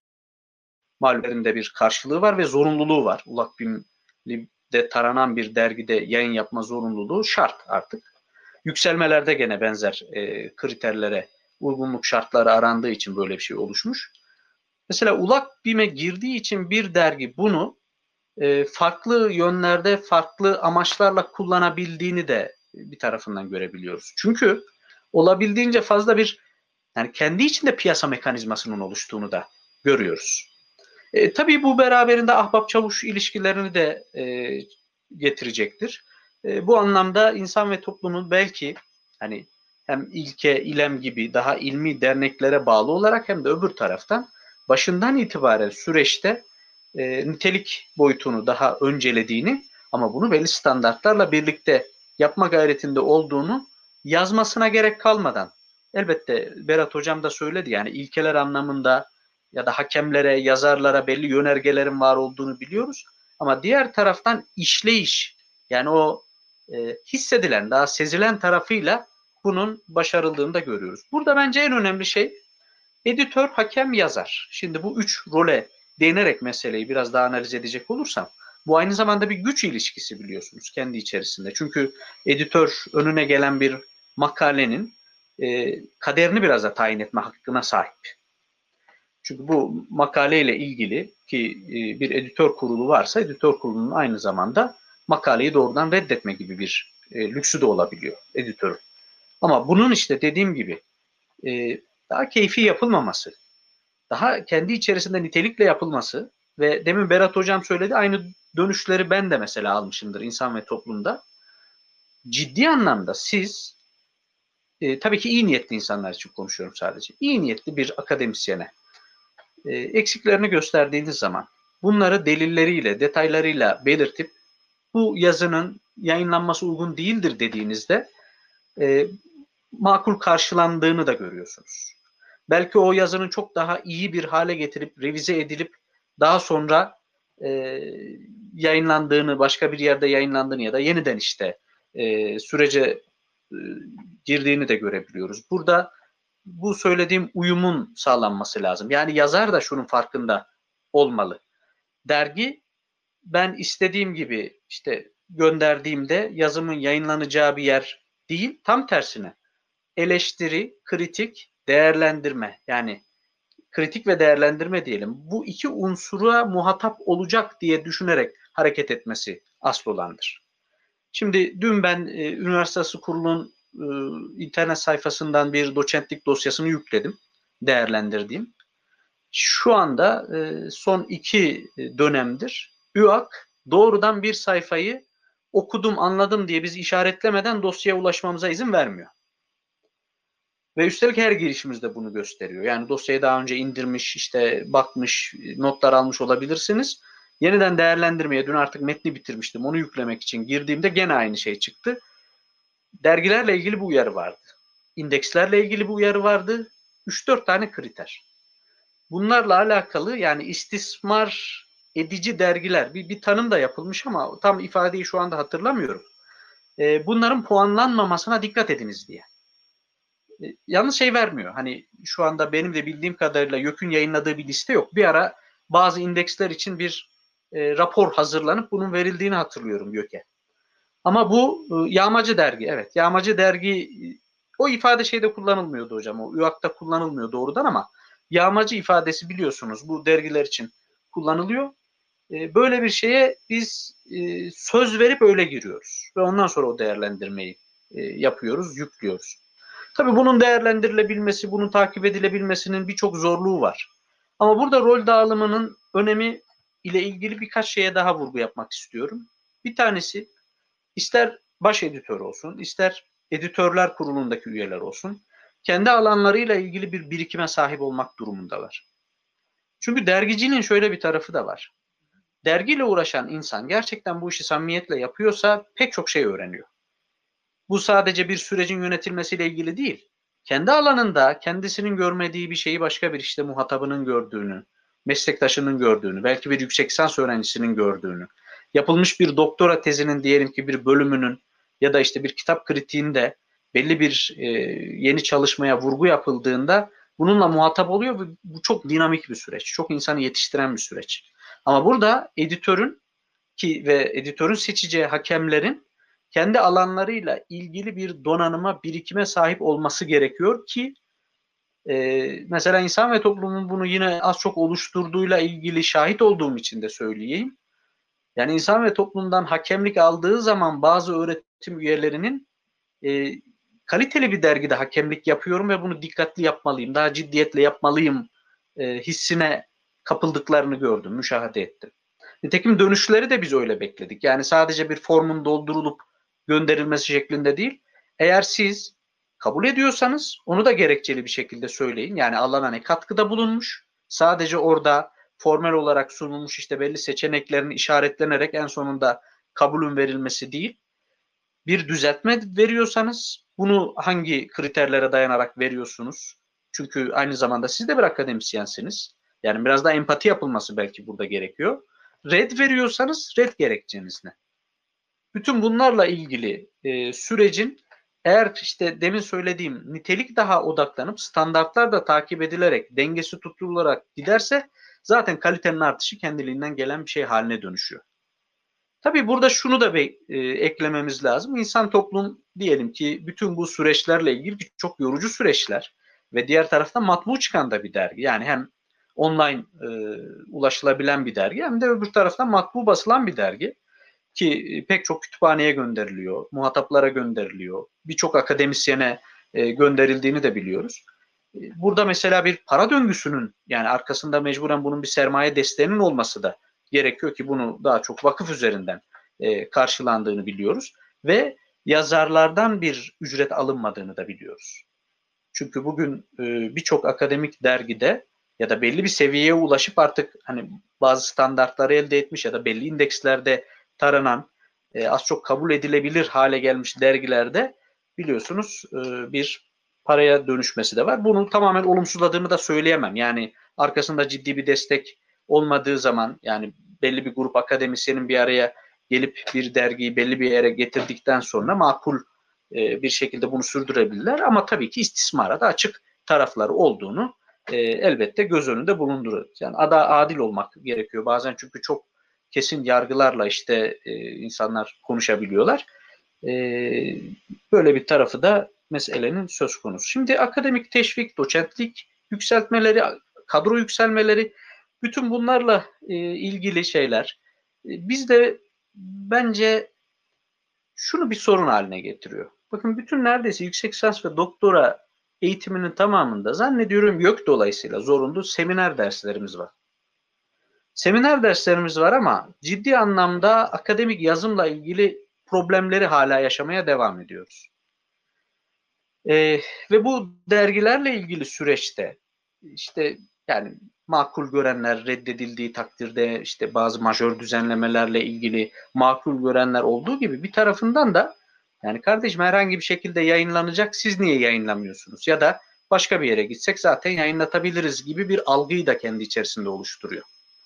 Malumlarında bir karşılığı var ve zorunluluğu var. Ulak BİM'de taranan bir dergide yayın yapma zorunluluğu şart artık. Yükselmelerde gene benzer kriterlere uygunluk şartları arandığı için böyle bir şey oluşmuş. Mesela Ulak BİM'e girdiği için bir dergi bunu farklı yönlerde, farklı amaçlarla kullanabildiğini de bir tarafından görebiliyoruz. Çünkü olabildiğince fazla bir yani kendi içinde piyasa mekanizmasının oluştuğunu da görüyoruz. Tabii bu beraberinde ahbap-çavuş ilişkilerini de getirecektir. Bu anlamda insan ve toplumun belki hani hem ilke, ilem gibi daha ilmi derneklere bağlı olarak hem de öbür taraftan başından itibaren süreçte nitelik boyutunu daha öncelediğini ama bunu belli standartlarla birlikte yapma gayretinde olduğunu yazmasına gerek kalmadan elbette Berat Hocam da söyledi yani ilkeler anlamında ya da hakemlere, yazarlara belli yönergelerin var olduğunu biliyoruz. Ama diğer taraftan işleyiş yani o hissedilen, daha sezilen tarafıyla bunun başarıldığını da görüyoruz. Burada bence en önemli şey editör, hakem, yazar. Şimdi bu üç role değinerek meseleyi biraz daha analiz edecek olursam bu aynı zamanda bir güç ilişkisi biliyorsunuz kendi içerisinde. Çünkü editör önüne gelen bir makalenin kaderini biraz da tayin etme hakkına sahip. Çünkü bu makaleyle ilgili ki bir editör kurulu varsa editör kurulunun aynı zamanda makaleyi doğrudan reddetme gibi bir lüksü de olabiliyor editörün. Ama bunun işte dediğim gibi daha keyfi yapılmaması, daha kendi içerisinde nitelikle yapılması ve demin Berat Hocam söyledi, aynı dönüşleri ben de mesela almışımdır insan ve toplumda. Ciddi anlamda siz tabii ki iyi niyetli insanlar için konuşuyorum sadece. İyi niyetli bir akademisyene eksiklerini gösterdiğiniz zaman bunları delilleriyle, detaylarıyla belirtip bu yazının yayınlanması uygun değildir dediğinizde makul karşılandığını da görüyorsunuz. Belki o yazının çok daha iyi bir hale getirip, revize edilip daha sonra yayınlandığını, başka bir yerde yayınlandığını ya da yeniden işte sürece girdiğini de görebiliyoruz. Burada bu söylediğim uyumun sağlanması lazım. Yani yazar da şunun farkında olmalı. Dergi, ben istediğim gibi işte gönderdiğimde yazımın yayınlanacağı bir yer değil, tam tersine eleştiri, kritik, değerlendirme, yani kritik ve değerlendirme diyelim. Bu iki unsura muhatap olacak diye düşünerek hareket etmesi asıl olandır. Şimdi dün ben Üniversitesi Kurulu'nun internet sayfasından bir doçentlik dosyasını yükledim, değerlendirdiğim. Şu anda son 2 dönemdir ÜAK doğrudan bir sayfayı okudum, anladım diye bizi işaretlemeden dosyaya ulaşmamıza izin vermiyor. Ve üstelik her girişimizde bunu gösteriyor. Yani dosyayı daha önce indirmiş, işte bakmış, notlar almış olabilirsiniz. Yeniden değerlendirmeye, dün artık metni bitirmiştim, onu yüklemek için girdiğimde gene aynı şey çıktı. Dergilerle ilgili bu uyarı vardı. İndekslerle ilgili bu uyarı vardı. 3-4 tane kriter. Bunlarla alakalı yani istismar edici dergiler, bir tanım da yapılmış ama tam ifadeyi şu anda hatırlamıyorum. Bunların puanlanmamasına dikkat ediniz diye. Yalnız şey vermiyor. Hani şu anda benim de bildiğim kadarıyla YÖK'ün yayınladığı bir liste yok. Bir ara bazı indeksler için bir rapor hazırlanıp bunun verildiğini hatırlıyorum YÖK'e. Ama bu yağmacı dergi. Evet, yağmacı dergi, o ifade şeyde kullanılmıyordu hocam. O ÜAK'ta kullanılmıyor doğrudan ama yağmacı ifadesi biliyorsunuz bu dergiler için kullanılıyor. Böyle bir şeye biz söz verip öyle giriyoruz. Ve ondan sonra o değerlendirmeyi yapıyoruz, yüklüyoruz. Tabii bunun değerlendirilebilmesi, bunun takip edilebilmesinin birçok zorluğu var. Ama burada rol dağılımının önemi ile ilgili birkaç şeye daha vurgu yapmak istiyorum. Bir tanesi, ister baş editör olsun, ister editörler kurulundaki üyeler olsun, kendi alanlarıyla ilgili bir birikime sahip olmak durumundalar. Çünkü dergicinin şöyle bir tarafı da var. Dergiyle uğraşan insan gerçekten bu işi samimiyetle yapıyorsa pek çok şey öğreniyor. Bu sadece bir sürecin yönetilmesiyle ilgili değil. Kendi alanında kendisinin görmediği bir şeyi başka bir işte muhatabının gördüğünü, meslektaşının gördüğünü, belki bir yüksek lisans öğrencisinin gördüğünü, yapılmış bir doktora tezinin diyelim ki bir bölümünün ya da işte bir kitap kritiğinde belli bir yeni çalışmaya vurgu yapıldığında bununla muhatap oluyor ve bu çok dinamik bir süreç. Çok insanı yetiştiren bir süreç. Ama burada editörün ve editörün seçeceği hakemlerin kendi alanlarıyla ilgili bir donanıma, birikime sahip olması gerekiyor ki mesela insan ve toplumun bunu yine az çok oluşturduğuyla ilgili şahit olduğum için de söyleyeyim. Yani insan ve toplumdan hakemlik aldığı zaman bazı öğretim üyelerinin kaliteli bir dergide hakemlik yapıyorum ve bunu dikkatli yapmalıyım, daha ciddiyetle yapmalıyım hissine kapıldıklarını gördüm, müşahede ettim. Nitekim dönüşleri de biz öyle bekledik. Yani sadece bir formun doldurulup gönderilmesi şeklinde değil. Eğer siz kabul ediyorsanız onu da gerekçeli bir şekilde söyleyin. Yani alana ne katkıda bulunmuş. Sadece orada formel olarak sunulmuş işte belli seçeneklerin işaretlenerek en sonunda kabulün verilmesi değil. Bir düzeltme veriyorsanız bunu hangi kriterlere dayanarak veriyorsunuz? Çünkü aynı zamanda siz de bir akademisyensiniz. Yani biraz da empati yapılması belki burada gerekiyor. Red veriyorsanız red gerekçeniz ne? Bütün bunlarla ilgili sürecin eğer işte demin söylediğim nitelik daha odaklanıp standartlar da takip edilerek dengesi tutularak giderse zaten kalitenin artışı kendiliğinden gelen bir şey haline dönüşüyor. Tabii burada şunu da eklememiz lazım. İnsan toplum diyelim ki bütün bu süreçlerle ilgili çok yorucu süreçler ve diğer taraftan matbu çıkan da bir dergi. Yani hem online ulaşılabilen bir dergi hem de öbür taraftan matbu basılan bir dergi ki pek çok kütüphaneye gönderiliyor, muhataplara gönderiliyor, birçok akademisyene gönderildiğini de biliyoruz. Burada mesela bir para döngüsünün, yani arkasında mecburen bunun bir sermaye desteğinin olması da gerekiyor ki bunu daha çok vakıf üzerinden karşılandığını biliyoruz ve yazarlardan bir ücret alınmadığını da biliyoruz. Çünkü bugün birçok akademik dergide ya da belli bir seviyeye ulaşıp artık hani bazı standartları elde etmiş ya da belli indekslerde taranan, az çok kabul edilebilir hale gelmiş dergilerde biliyorsunuz bir paraya dönüşmesi de var. Bunu tamamen olumsuzladığımı da söyleyemem. Yani arkasında ciddi bir destek olmadığı zaman, yani belli bir grup akademisyenin bir araya gelip bir dergiyi belli bir yere getirdikten sonra makul bir şekilde bunu sürdürebilirler. Ama tabii ki istismara da açık tarafları olduğunu elbette göz önünde bulundururuz. Yani adil olmak gerekiyor bazen, çünkü çok kesin yargılarla işte insanlar konuşabiliyorlar. Böyle bir tarafı da meselenin söz konusu. Şimdi akademik teşvik, doçentlik yükseltmeleri, kadro yükselmeleri, bütün bunlarla ilgili şeyler bizde bence şunu bir sorun haline getiriyor. Bakın bütün neredeyse yüksek lisans ve doktora eğitiminin tamamında zannediyorum YÖK dolayısıyla zorunlu seminer derslerimiz var. Seminer derslerimiz var ama ciddi anlamda akademik yazımla ilgili problemleri hala yaşamaya devam ediyoruz. Ve bu dergilerle ilgili süreçte işte yani makul görenler, reddedildiği takdirde işte bazı majör düzenlemelerle ilgili makul görenler olduğu gibi bir tarafından da yani kardeşim herhangi bir şekilde yayınlanacak, siz niye yayınlamıyorsunuz? Ya da başka bir yere gitsek zaten yayınlatabiliriz gibi bir algıyı da kendi içerisinde oluşturuyor.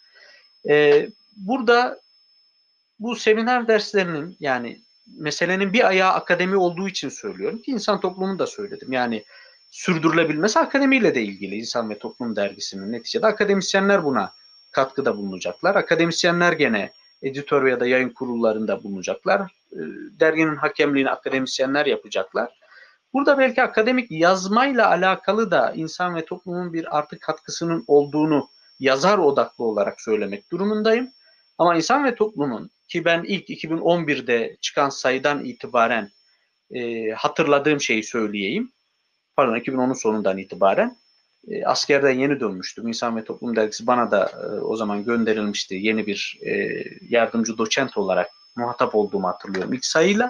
Burada bu seminer derslerinin, yani meselenin bir ayağı akademi olduğu için söylüyorum ki insan toplumunu da söyledim. Yani sürdürülebilmesi akademiyle de ilgili. İnsan ve Toplum dergisinin neticede akademisyenler buna katkıda bulunacaklar. Akademisyenler gene editör ya da yayın kurullarında bulunacaklar. Derginin hakemliğini akademisyenler yapacaklar. Burada belki akademik yazmayla alakalı da insan ve toplumun bir artı katkısının olduğunu yazar odaklı olarak söylemek durumundayım. Ama insan ve toplumun, ki ben ilk 2011'de çıkan sayıdan itibaren hatırladığım şeyi söyleyeyim. Pardon, 2010'un sonundan itibaren askerden yeni dönmüştüm. İnsan ve Toplum dergisi bana da o zaman gönderilmişti. Yeni bir yardımcı doçent olarak muhatap olduğumu hatırlıyorum ilk sayıyla.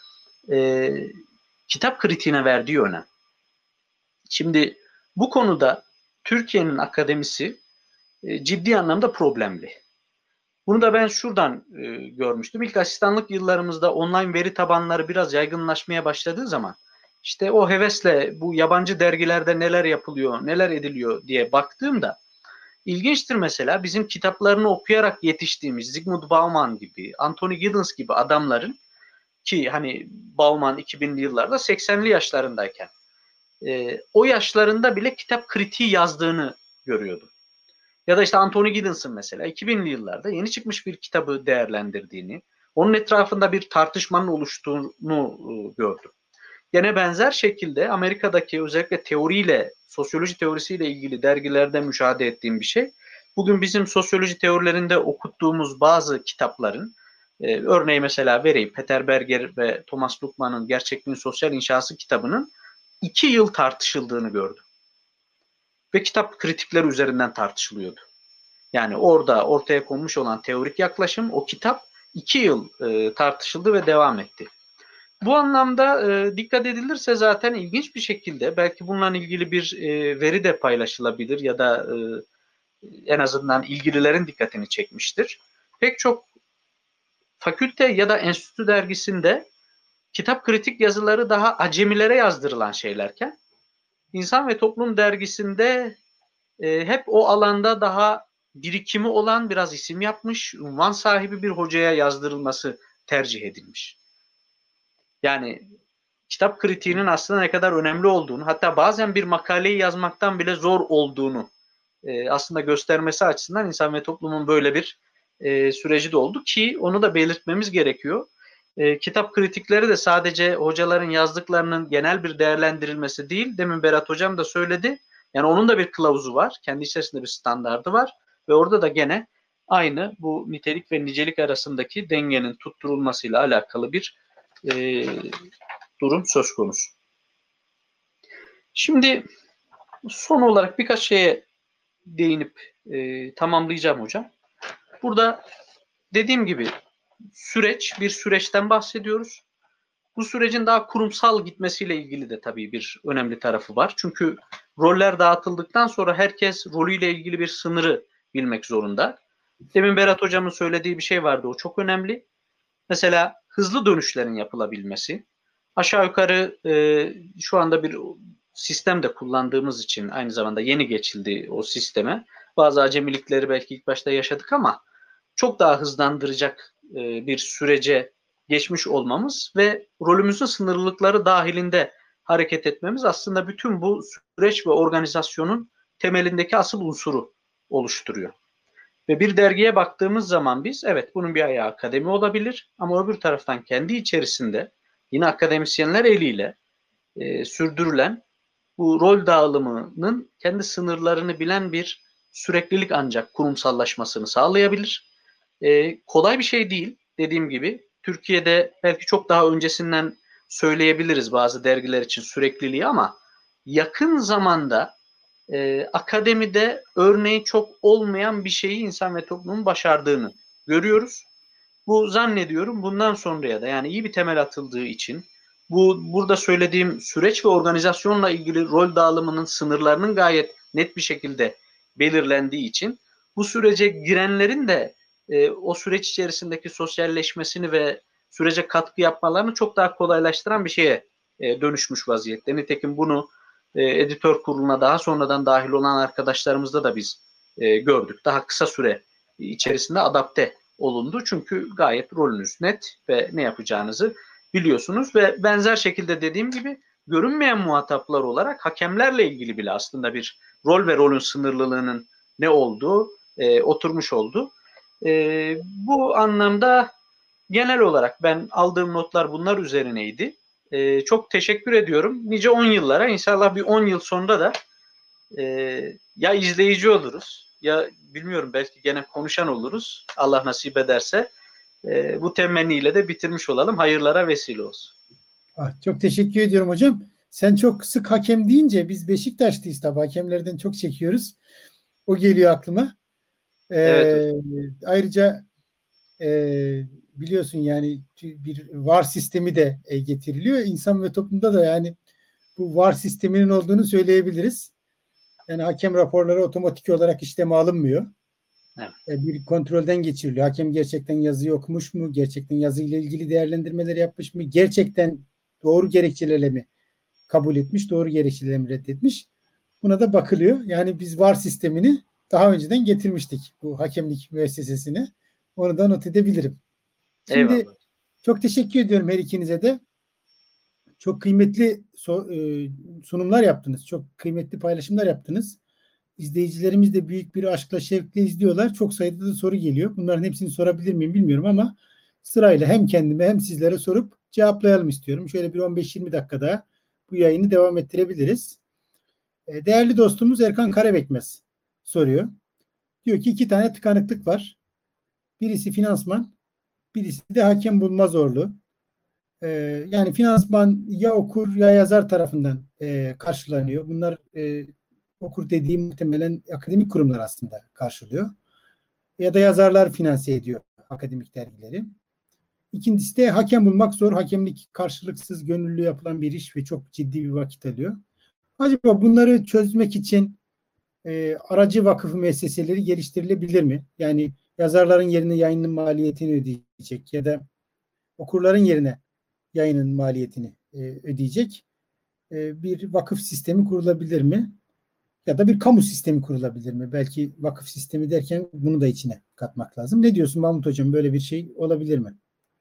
Kitap kritiğine verdiği önem. Şimdi bu konuda Türkiye'nin akademisi ciddi anlamda problemli. Bunu da ben şuradan görmüştüm. İlk asistanlık yıllarımızda online veri tabanları biraz yaygınlaşmaya başladığı zaman işte o hevesle bu yabancı dergilerde neler yapılıyor, neler ediliyor diye baktığımda ilginçtir mesela bizim kitaplarını okuyarak yetiştiğimiz Zygmunt Bauman gibi, Anthony Giddens gibi adamların, ki hani Bauman 2000'li yıllarda 80'li yaşlarındayken o yaşlarında bile kitap kritiği yazdığını görüyordum. Ya da işte Anthony Giddens'ın mesela 2000'li yıllarda yeni çıkmış bir kitabı değerlendirdiğini, onun etrafında bir tartışmanın oluştuğunu gördüm. Gene benzer şekilde Amerika'daki özellikle teoriyle, sosyoloji teorisiyle ilgili dergilerde müşahede ettiğim bir şey. Bugün bizim sosyoloji teorilerinde okuttuğumuz bazı kitapların, örneği mesela vereyim, Peter Berger ve Thomas Luhmann'ın Gerçekliğin Sosyal İnşası kitabının 2 yıl tartışıldığını gördüm. Ve kitap kritikleri üzerinden tartışılıyordu. Yani orada ortaya konmuş olan teorik yaklaşım, o kitap 2 yıl tartışıldı ve devam etti. Bu anlamda dikkat edilirse zaten ilginç bir şekilde belki bununla ilgili bir veri de paylaşılabilir ya da en azından ilgililerin dikkatini çekmiştir. Pek çok fakülte ya da enstitü dergisinde kitap kritik yazıları daha acemilere yazdırılan şeylerken İnsan ve Toplum dergisinde hep o alanda daha birikimi olan, biraz isim yapmış, unvan sahibi bir hocaya yazdırılması tercih edilmiş. Yani kitap kritiğinin aslında ne kadar önemli olduğunu, hatta bazen bir makaleyi yazmaktan bile zor olduğunu aslında göstermesi açısından İnsan ve Toplum'un böyle bir süreci de oldu ki onu da belirtmemiz gerekiyor. Kitap kritikleri de sadece hocaların yazdıklarının genel bir değerlendirilmesi değil, demin Berat Hocam da söyledi. Yani onun da bir kılavuzu var, kendi içerisinde bir standardı var ve orada da gene aynı bu nitelik ve nicelik arasındaki dengenin tutturulmasıyla alakalı bir durum söz konusu. Şimdi Son olarak birkaç şeye değinip tamamlayacağım hocam. Burada dediğim gibi bir süreçten bahsediyoruz. Bu sürecin daha kurumsal gitmesiyle ilgili de tabii bir önemli tarafı var. Çünkü roller dağıtıldıktan sonra herkes rolüyle ilgili bir sınırı bilmek zorunda. Demin Berat hocamın söylediği bir şey vardı, o çok önemli. Mesela hızlı dönüşlerin yapılabilmesi. Aşağı yukarı şu anda bir sistem de kullandığımız için aynı zamanda yeni geçildi o sisteme. Bazı acemilikleri belki ilk başta yaşadık ama çok daha hızlandıracak bir sürece geçmiş olmamız ve rolümüzün sınırlılıkları dahilinde hareket etmemiz aslında bütün bu süreç ve organizasyonun temelindeki asıl unsuru oluşturuyor. Ve bir dergiye baktığımız zaman biz evet bunun bir ayağı akademi olabilir ama öbür taraftan kendi içerisinde yine akademisyenler eliyle sürdürülen bu rol dağılımının kendi sınırlarını bilen bir süreklilik ancak kurumsallaşmasını sağlayabilir. Kolay bir şey değil dediğim gibi. Türkiye'de belki çok daha öncesinden söyleyebiliriz bazı dergiler için sürekliliği ama yakın zamanda akademide örneği çok olmayan bir şeyi insan ve toplumun başardığını görüyoruz. Bu zannediyorum bundan sonraya da yani iyi bir temel atıldığı için burada söylediğim süreç ve organizasyonla ilgili rol dağılımının sınırlarının gayet net bir şekilde belirlendiği için bu sürece girenlerin de o süreç içerisindeki sosyalleşmesini ve sürece katkı yapmalarını çok daha kolaylaştıran bir şeye dönüşmüş vaziyette. Nitekim bunu editör kuruluna daha sonradan dahil olan arkadaşlarımızda da biz gördük. Daha kısa süre içerisinde adapte olundu. Çünkü gayet rolünüz net ve ne yapacağınızı biliyorsunuz ve benzer şekilde dediğim gibi görünmeyen muhataplar olarak hakemlerle ilgili bile aslında bir rol ve rolün sınırlılığının ne olduğu oturmuş oldu. Bu anlamda genel olarak ben aldığım notlar bunlar üzerineydi. Çok teşekkür ediyorum. Nice 10 yıllara inşallah bir 10 yıl sonra da ya izleyici oluruz ya bilmiyorum belki gene konuşan oluruz. Allah nasip ederse bu temenniyle de bitirmiş olalım. Hayırlara vesile olsun. Çok teşekkür ediyorum hocam. Sen çok sık hakem deyince biz Beşiktaşlıyız tabii. Hakemlerden çok çekiyoruz. O geliyor aklıma. Evet. Ayrıca biliyorsun yani bir VAR sistemi de getiriliyor. İnsan ve toplumda da yani bu VAR sisteminin olduğunu söyleyebiliriz. Yani hakem raporları otomatik olarak işleme alınmıyor. Evet. Bir kontrolden geçiriliyor. Hakem gerçekten yazıyı okumuş mu? Gerçekten yazıyla ilgili değerlendirmeler yapmış mı? Gerçekten doğru gerekçelerle mi kabul etmiş? Doğru gerekçelerle mi reddetmiş? Buna da bakılıyor. Yani biz VAR sistemini daha önceden getirmiştik. Bu hakemlik müessesesine. Onu da not edebilirim. Şimdi eyvallah. Çok teşekkür ediyorum her ikinize de. Çok kıymetli sunumlar yaptınız. Çok kıymetli paylaşımlar yaptınız. İzleyicilerimiz de büyük bir aşkla, şevkle izliyorlar. Çok sayıda da soru geliyor. Bunların hepsini sorabilir miyim bilmiyorum ama sırayla hem kendime hem sizlere sorup cevaplayalım istiyorum. Şöyle bir 15-20 dakikada bu yayını devam ettirebiliriz. Değerli dostumuz Erkan Karabekmez soruyor. Diyor ki 2 tane tıkanıklık var. Birisi finansman, birisi de hakem bulma zorluğu. Yani finansman ya okur ya yazar tarafından karşılanıyor. Bunlar okur dediğim muhtemelen akademik kurumlar aslında karşılıyor. Ya da yazarlar finanse ediyor akademik dergileri. İkincisi de hakem bulmak zor. Hakemlik karşılıksız, gönüllü yapılan bir iş ve çok ciddi bir vakit alıyor. Acaba bunları çözmek için aracı vakıf müesseseleri geliştirilebilir mi? Yani yazarların yerine yayının maliyetini ödeyecek ya da okurların yerine yayının maliyetini ödeyecek bir vakıf sistemi kurulabilir mi? Ya da bir kamu sistemi kurulabilir mi? Belki vakıf sistemi derken bunu da içine katmak lazım. Ne diyorsun Mahmut Hocam? Böyle bir şey olabilir mi?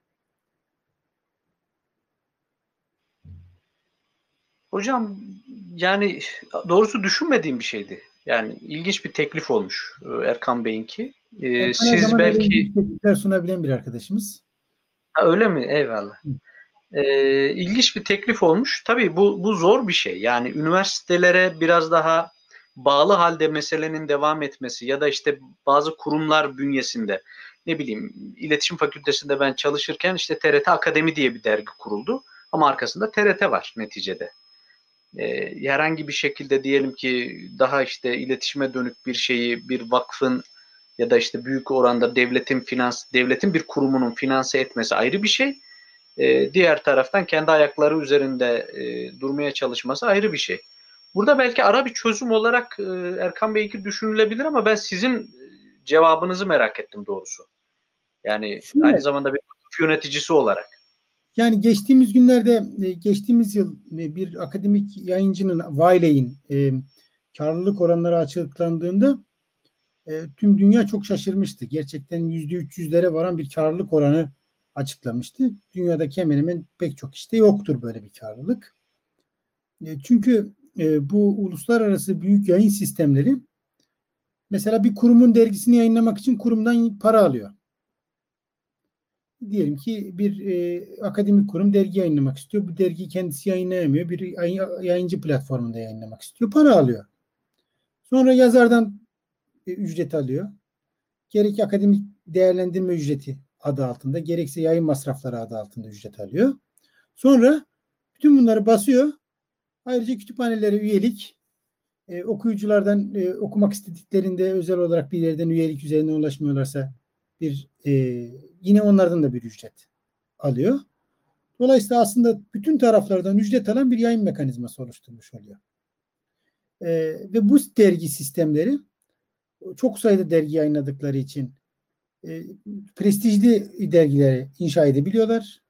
Hocam yani doğrusu düşünmediğim bir şeydi. Yani ilginç bir teklif olmuş Erkan Bey'inki. Siz belki teklifler sunabilen bir arkadaşımız. Öyle mi? Eyvallah. İlginç bir teklif olmuş. Tabii bu zor bir şey. Yani üniversitelere biraz daha bağlı halde meselenin devam etmesi ya da işte bazı kurumlar bünyesinde ne bileyim iletişim fakültesinde ben çalışırken işte TRT Akademi diye bir dergi kuruldu. Ama arkasında TRT var neticede. herhangi bir şekilde diyelim ki daha işte iletişime dönük bir şeyi bir vakfın ya da işte büyük oranda devletin bir kurumunun finanse etmesi ayrı bir şey. Diğer taraftan kendi ayakları üzerinde durmaya çalışması ayrı bir şey. Burada belki ara bir çözüm olarak Erkan Bey'inki düşünülebilir ama ben sizin cevabınızı merak ettim doğrusu. Yani aynı Şöyle, zamanda bir yöneticisi olarak. yani geçtiğimiz günlerde, geçtiğimiz yıl bir akademik yayıncının, Wiley'in karlılık oranları açıklandığında tüm dünya çok şaşırmıştı. Gerçekten %300'lere varan bir karlılık oranı açıklamıştı. Dünyadaki hemen hemen pek çok işte yoktur böyle bir karlılık. Çünkü bu uluslararası büyük yayın sistemleri mesela bir kurumun dergisini yayınlamak için kurumdan para alıyor. Diyelim ki bir akademik kurum dergi yayınlamak istiyor. Bu dergiyi kendisi yayınlayamıyor. Bir yayıncı platformunda yayınlamak istiyor. Para alıyor. Sonra yazardan ücret alıyor. Gerek akademik değerlendirme ücreti adı altında, gerekse yayın masrafları adı altında ücret alıyor. Sonra bütün bunları basıyor. Ayrıca kütüphanelere üyelik, okuyuculardan okumak istediklerinde özel olarak bir yerden üyelik üzerinden ulaşmıyorlarsa yine onlardan da bir ücret alıyor. Dolayısıyla aslında bütün taraflardan ücret alan bir yayın mekanizması oluşturmuş oluyor. Ve bu dergi sistemleri çok sayıda dergi yayınladıkları için prestijli dergileri inşa edebiliyorlar.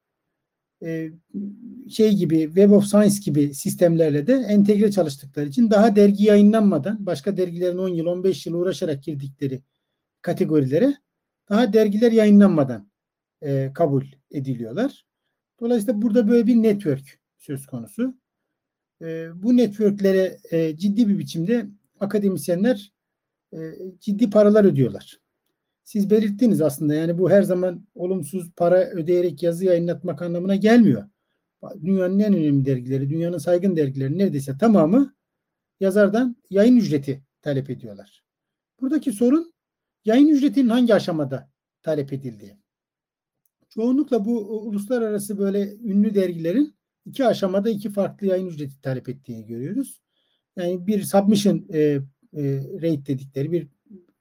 Şey gibi, Web of Science gibi sistemlerle de entegre çalıştıkları için daha dergi yayınlanmadan başka dergilerin 10 yıl 15 yıl uğraşarak girdikleri kategorilere daha dergiler yayınlanmadan kabul ediliyorlar. Dolayısıyla burada böyle bir network söz konusu. Bu networklere ciddi bir biçimde akademisyenler ciddi paralar ödüyorlar. Siz belirttiniz aslında, yani bu her zaman olumsuz para ödeyerek yazı yayınlatmak anlamına gelmiyor. Dünyanın en önemli dergileri, dünyanın saygın dergileri neredeyse tamamı yazardan yayın ücreti talep ediyorlar. Buradaki sorun yayın ücretinin hangi aşamada talep edildiği. Çoğunlukla bu uluslararası böyle ünlü dergilerin iki aşamada iki farklı yayın ücreti talep ettiğini görüyoruz. Yani bir submission rate dedikleri bir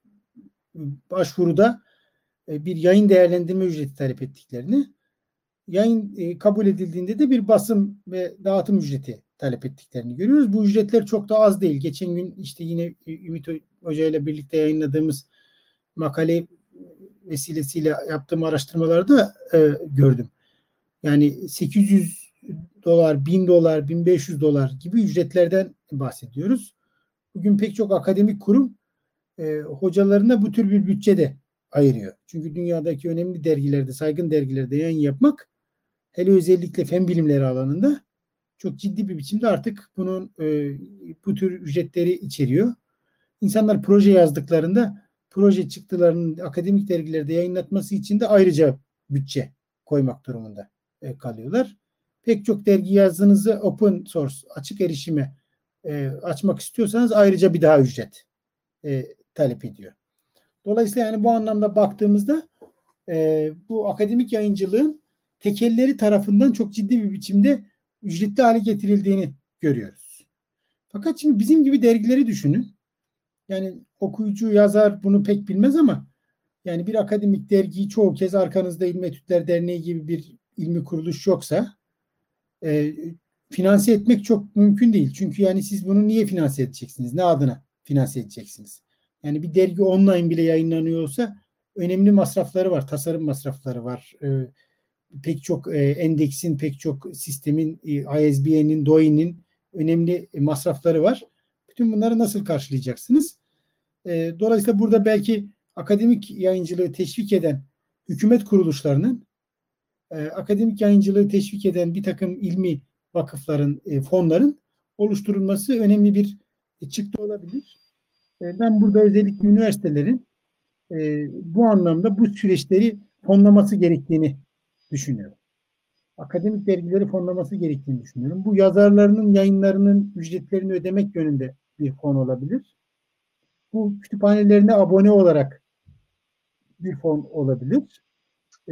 başvuruda bir yayın değerlendirme ücreti talep ettiklerini, yayın kabul edildiğinde de bir basım ve dağıtım ücreti talep ettiklerini görüyoruz. Bu ücretler çok da az değil. Geçen gün işte yine Ümit Hoca ile birlikte yayınladığımız makale vesilesiyle yaptığım araştırmalarda gördüm. Yani 800 dolar, 1000 dolar, 1500 dolar gibi ücretlerden bahsediyoruz. Bugün pek çok akademik kurum hocalarına bu tür bir bütçe de ayırıyor. Çünkü dünyadaki önemli dergilerde, saygın dergilerde yayın yapmak, hele özellikle fen bilimleri alanında çok ciddi bir biçimde artık bunun bu tür ücretleri içeriyor. İnsanlar proje yazdıklarında proje çıktılarının akademik dergilerde yayınlatması için de ayrıca bütçe koymak durumunda kalıyorlar. Pek çok dergi yazdığınızı open source, açık erişime açmak istiyorsanız ayrıca bir daha ücret talep ediyor. Dolayısıyla yani bu anlamda baktığımızda bu akademik yayıncılığın tekelleri tarafından çok ciddi bir biçimde ücretli hale getirildiğini görüyoruz. Fakat şimdi bizim gibi dergileri düşünün. Yani okuyucu, yazar bunu pek bilmez ama yani bir akademik dergiyi çoğu kez arkanızda İlmi Etütler Derneği gibi bir ilmi kuruluş yoksa finanse etmek çok mümkün değil. Çünkü yani siz bunu niye finanse edeceksiniz? Ne adına finanse edeceksiniz? Yani bir dergi online bile yayınlanıyor olsa önemli masrafları var. Tasarım masrafları var. Pek çok endeksin, pek çok sistemin, ISBN'in, DOI'nin önemli masrafları var. Bütün bunları nasıl karşılayacaksınız? Dolayısıyla burada belki akademik yayıncılığı teşvik eden hükümet kuruluşlarının, akademik yayıncılığı teşvik eden bir takım ilmi vakıfların, fonların oluşturulması önemli bir çıktı olabilir. Ben burada özellikle üniversitelerin bu anlamda bu süreçleri fonlaması gerektiğini düşünüyorum. Akademik dergileri fonlaması gerektiğini düşünüyorum. Bu yazarlarının yayınlarının ücretlerini ödemek yönünde bir fon olabilir. Bu kütüphanelerine abone olarak bir fon olabilir.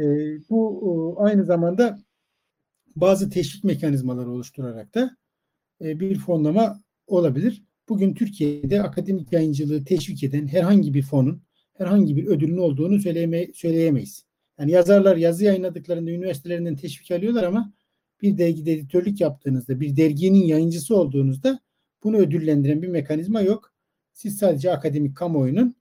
Bu aynı zamanda bazı teşvik mekanizmaları oluşturarak da bir fonlama olabilir. Bugün Türkiye'de akademik yayıncılığı teşvik eden herhangi bir fonun, herhangi bir ödülün olduğunu söyleyemeyiz. Yani yazarlar yazı yayınladıklarında üniversitelerinden teşvik alıyorlar ama bir dergide editörlük yaptığınızda, bir derginin yayıncısı olduğunuzda bunu ödüllendiren bir mekanizma yok. Siz sadece akademik kamuoyunun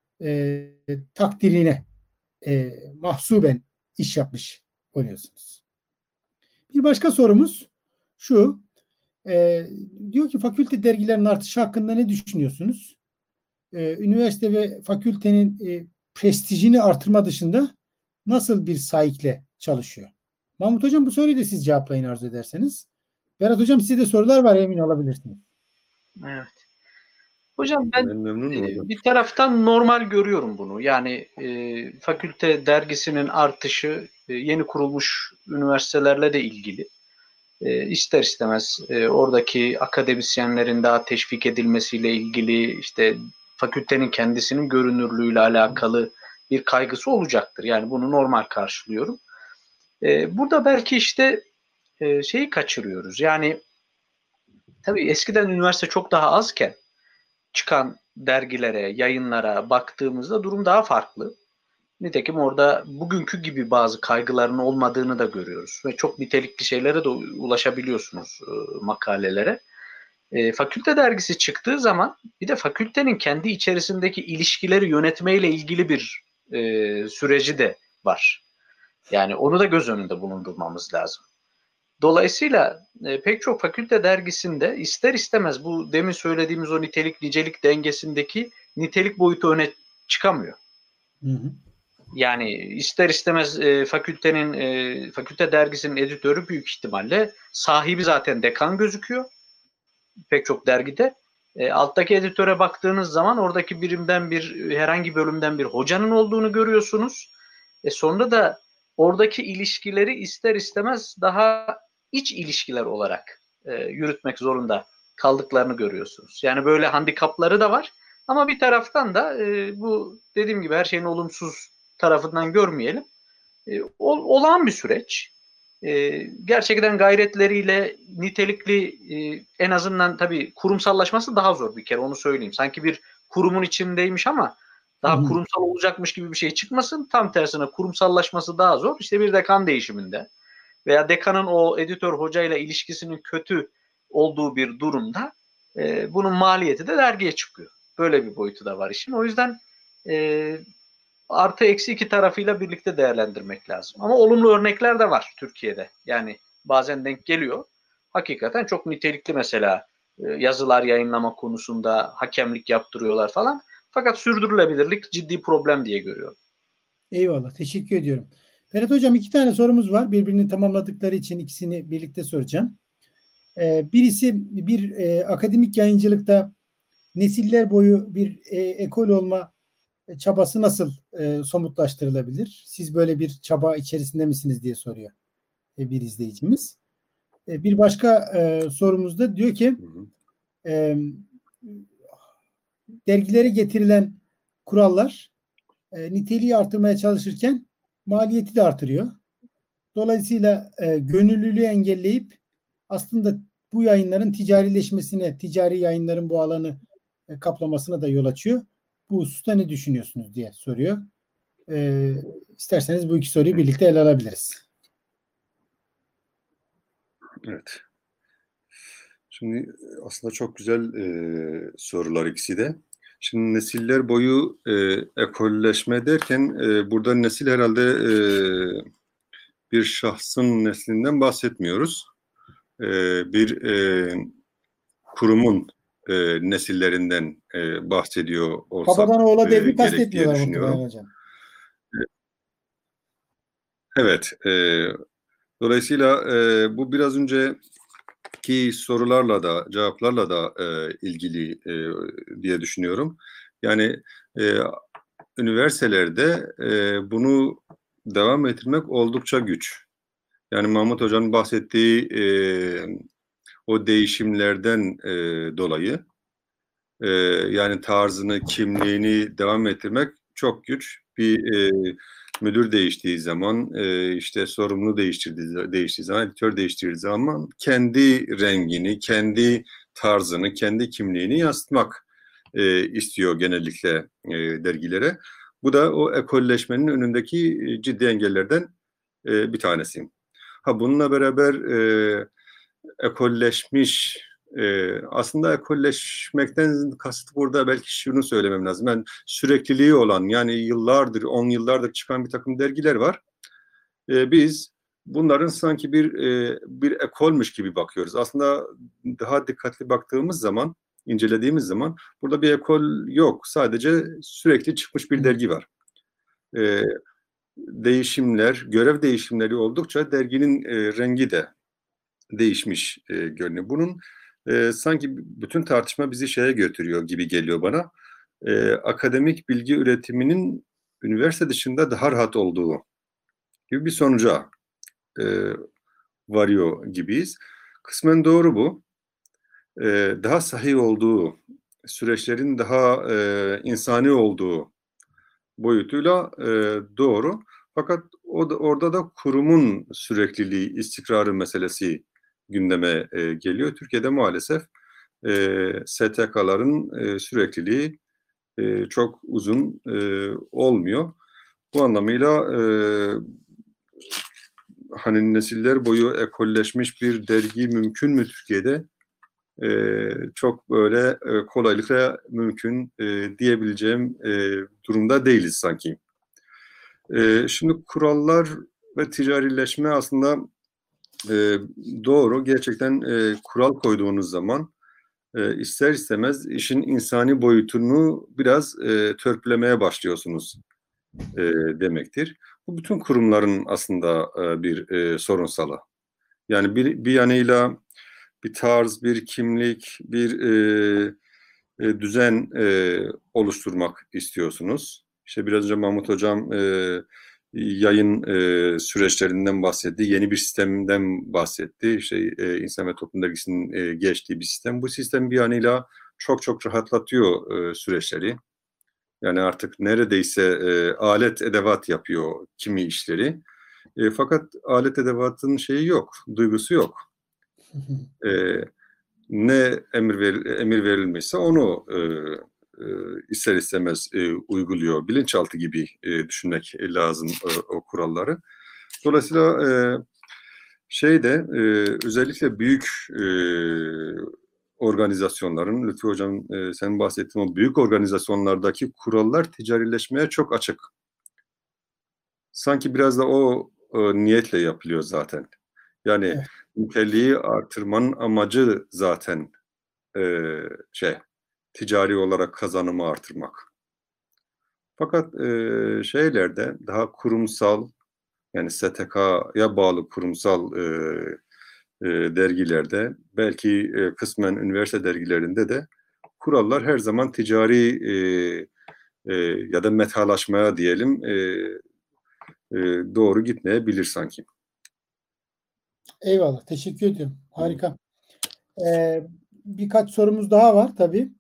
takdirine mahsuben iş yapmış oluyorsunuz. Bir başka sorumuz şu. Diyor ki fakülte dergilerinin artışı hakkında ne düşünüyorsunuz? Üniversite ve fakültenin prestijini artırma dışında nasıl bir sahikle çalışıyor? Mahmut Hocam bu soruyu da siz cevaplayın arzu ederseniz. Berat Hocam size de sorular var, emin olabilirsiniz. Evet. Hocam ben memnunum hocam. bir taraftan normal görüyorum bunu. Yani fakülte dergisinin artışı yeni kurulmuş üniversitelerle de ilgili. İster istemez oradaki akademisyenlerin daha teşvik edilmesiyle ilgili, işte fakültenin kendisinin görünürlüğüyle alakalı bir kaygısı olacaktır. Yani bunu normal karşılıyorum. Burada belki işte şeyi kaçırıyoruz. Yani tabii eskiden üniversite çok daha azken çıkan dergilere, yayınlara baktığımızda durum daha farklı. Nitekim orada bugünkü gibi bazı kaygıların olmadığını da görüyoruz. Ve çok nitelikli şeylere de ulaşabiliyorsunuz, makalelere. Fakülte dergisi çıktığı zaman bir de fakültenin kendi içerisindeki ilişkileri yönetmeyle ilgili bir süreci de var. Yani onu da göz önünde bulundurmamız lazım. Dolayısıyla pek çok fakülte dergisinde ister istemez bu demin söylediğimiz o nitelik nicelik dengesindeki nitelik boyutu öne çıkamıyor. Hı hı. Yani ister istemez fakülte dergisinin editörü büyük ihtimalle sahibi zaten dekan gözüküyor pek çok dergide. Alttaki editöre baktığınız zaman oradaki birimden herhangi bölümden bir hocanın olduğunu görüyorsunuz. Sonra da oradaki ilişkileri ister istemez daha iç ilişkiler olarak yürütmek zorunda kaldıklarını görüyorsunuz. Yani böyle handikapları da var. Ama bir taraftan da bu dediğim gibi her şeyin olumsuz tarafından görmeyelim. Olağan bir süreç. Gerçekten gayretleriyle nitelikli en azından tabii kurumsallaşması daha zor bir kere onu söyleyeyim. Sanki bir kurumun içindeymiş ama daha kurumsal olacakmış gibi bir şey çıkmasın. Tam tersine kurumsallaşması daha zor. İşte bir dekan değişiminde veya dekanın o editör hocayla ilişkisinin kötü olduğu bir durumda bunun maliyeti de dergiye çıkıyor. Böyle bir boyutu da var işin. O yüzden artı eksi iki tarafıyla birlikte değerlendirmek lazım. Ama olumlu örnekler de var Türkiye'de. Yani bazen denk geliyor. Hakikaten çok nitelikli mesela yazılar yayınlama konusunda hakemlik yaptırıyorlar falan. Fakat sürdürülebilirlik ciddi problem diye görüyorum. Eyvallah. Teşekkür ediyorum. Berat Hocam 2 tane sorumuz var. Birbirini tamamladıkları için ikisini birlikte soracağım. Birisi akademik yayıncılıkta nesiller boyu bir ekol olma çabası nasıl somutlaştırılabilir? Siz böyle bir çaba içerisinde misiniz diye soruyor bir izleyicimiz. Bir başka sorumuz da diyor ki dergilere getirilen kurallar niteliği artırmaya çalışırken maliyeti de artırıyor. Dolayısıyla gönüllülüğü engelleyip aslında bu yayınların ticarileşmesine, ticari yayınların bu alanı kaplamasına da yol açıyor. Bu hususta ne düşünüyorsunuz diye soruyor. İsterseniz bu iki soruyu birlikte ele alabiliriz. Evet. Şimdi aslında çok güzel sorular ikisi de. Şimdi nesiller boyu ekolleşme derken burada nesil herhalde bir şahsın neslinden bahsetmiyoruz. Bir kurumun nesillerinden bahsediyor olsak Babadan oğula devri gerek diye kastetmiyorlar muhtemelen düşünüyorum. hocam. Evet. Dolayısıyla bu biraz önceki sorularla da cevaplarla da ilgili diye düşünüyorum. Yani üniversitelerde bunu devam ettirmek oldukça güç. Yani Mahmut Hoca'nın bahsettiği o değişimlerden dolayı yani tarzını, kimliğini devam ettirmek çok güç. Bir müdür değiştiği zaman, işte sorumlu değiştiği zaman, editör değiştiği zaman kendi rengini, kendi tarzını, kendi kimliğini yansıtmak istiyor genellikle dergilere. Bu da o ekolleşmenin önündeki ciddi engellerden bir tanesi. Bununla beraber ekolleşmiş, aslında ekolleşmekten kasıt burada belki şunu söylemem lazım. Yani sürekliliği olan, yani yıllardır, 10 yıllardır çıkan bir takım dergiler var. Biz bunların sanki bir ekolmüş gibi bakıyoruz. Aslında daha dikkatli baktığımız zaman, incelediğimiz zaman burada bir ekol yok. Sadece sürekli çıkmış bir dergi var. Değişimler, görev değişimleri oldukça derginin rengi de değişmiş görünüyor. Bunun sanki bütün tartışma bizi şeye götürüyor gibi geliyor bana. Akademik bilgi üretiminin üniversite dışında daha rahat olduğu gibi bir sonuca varıyor gibiyiz. Kısmen doğru bu. Daha sahih olduğu, süreçlerin daha insani olduğu boyutuyla doğru. Fakat orada da kurumun sürekliliği, istikrarı meselesi gündeme geliyor. Türkiye'de maalesef STK'ların sürekliliği çok uzun olmuyor. Bu anlamıyla hani nesiller boyu ekolleşmiş bir dergi mümkün mü Türkiye'de? Çok böyle kolaylıkla mümkün diyebileceğim durumda değiliz sanki. Şimdi kurallar ve ticarileşme aslında doğru. Gerçekten kural koyduğunuz zaman ister istemez işin insani boyutunu biraz törpülemeye başlıyorsunuz demektir. Bu bütün kurumların aslında bir sorunsalı. Yani bir yanıyla bir tarz, bir kimlik, bir düzen oluşturmak istiyorsunuz. İşte biraz önce Mahmut Hocam yayın süreçlerinden bahsetti. Yeni bir sistemden bahsetti. İşte İnsan ve Toplum Dergisi'nin geçtiği bir sistem. Bu sistem bir yanıyla çok çok rahatlatıyor süreçleri. Yani artık neredeyse alet edevat yapıyor kimi işleri. Fakat alet edevatın şeyi yok, duygusu yok. Ne emir verilmişse onu ister istemez uyguluyor. Bilinçaltı gibi düşünmek lazım o kuralları. Dolayısıyla özellikle büyük organizasyonların, Lütfü Hocam senin bahsettiğin o büyük organizasyonlardaki kurallar ticarileşmeye çok açık. Sanki biraz da o niyetle yapılıyor zaten. Yani evet. Niteliği artırmanın amacı zaten ticari olarak kazanımı artırmak. Fakat şeylerde daha kurumsal, yani STK'ya bağlı kurumsal dergilerde, belki kısmen üniversite dergilerinde de kurallar her zaman ticari ya da metalaşmaya diyelim doğru gitmeyebilir sanki. Eyvallah. Teşekkür ediyorum. Harika. Birkaç sorumuz daha var tabii.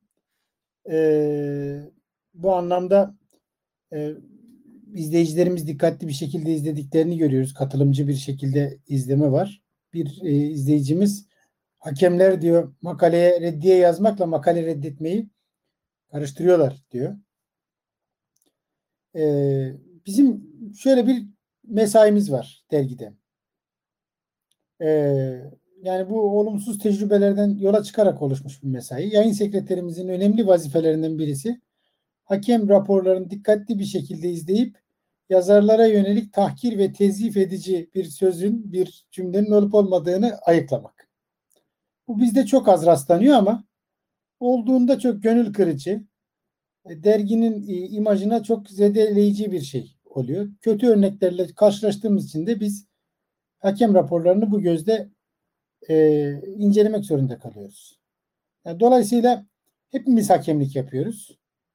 Bu anlamda izleyicilerimiz dikkatli bir şekilde izlediklerini görüyoruz. Katılımcı bir şekilde izleme var. Bir izleyicimiz hakemler diyor makaleye reddiye yazmakla makale reddetmeyi karıştırıyorlar diyor. Bizim şöyle bir mesaimiz var dergide. Yani bu olumsuz tecrübelerden yola çıkarak oluşmuş bir mesai. Yayın sekreterimizin önemli vazifelerinden birisi hakem raporlarını dikkatli bir şekilde izleyip yazarlara yönelik tahkir ve tezif edici bir sözün, bir cümlenin olup olmadığını ayıklamak. Bu bizde çok az rastlanıyor ama olduğunda çok gönül kırıcı, derginin imajına çok zedeleyici bir şey oluyor. Kötü örneklerle karşılaştığımız için de biz hakem raporlarını bu gözle incelemek zorunda kalıyoruz. Yani dolayısıyla hepimiz hakemlik yapıyoruz.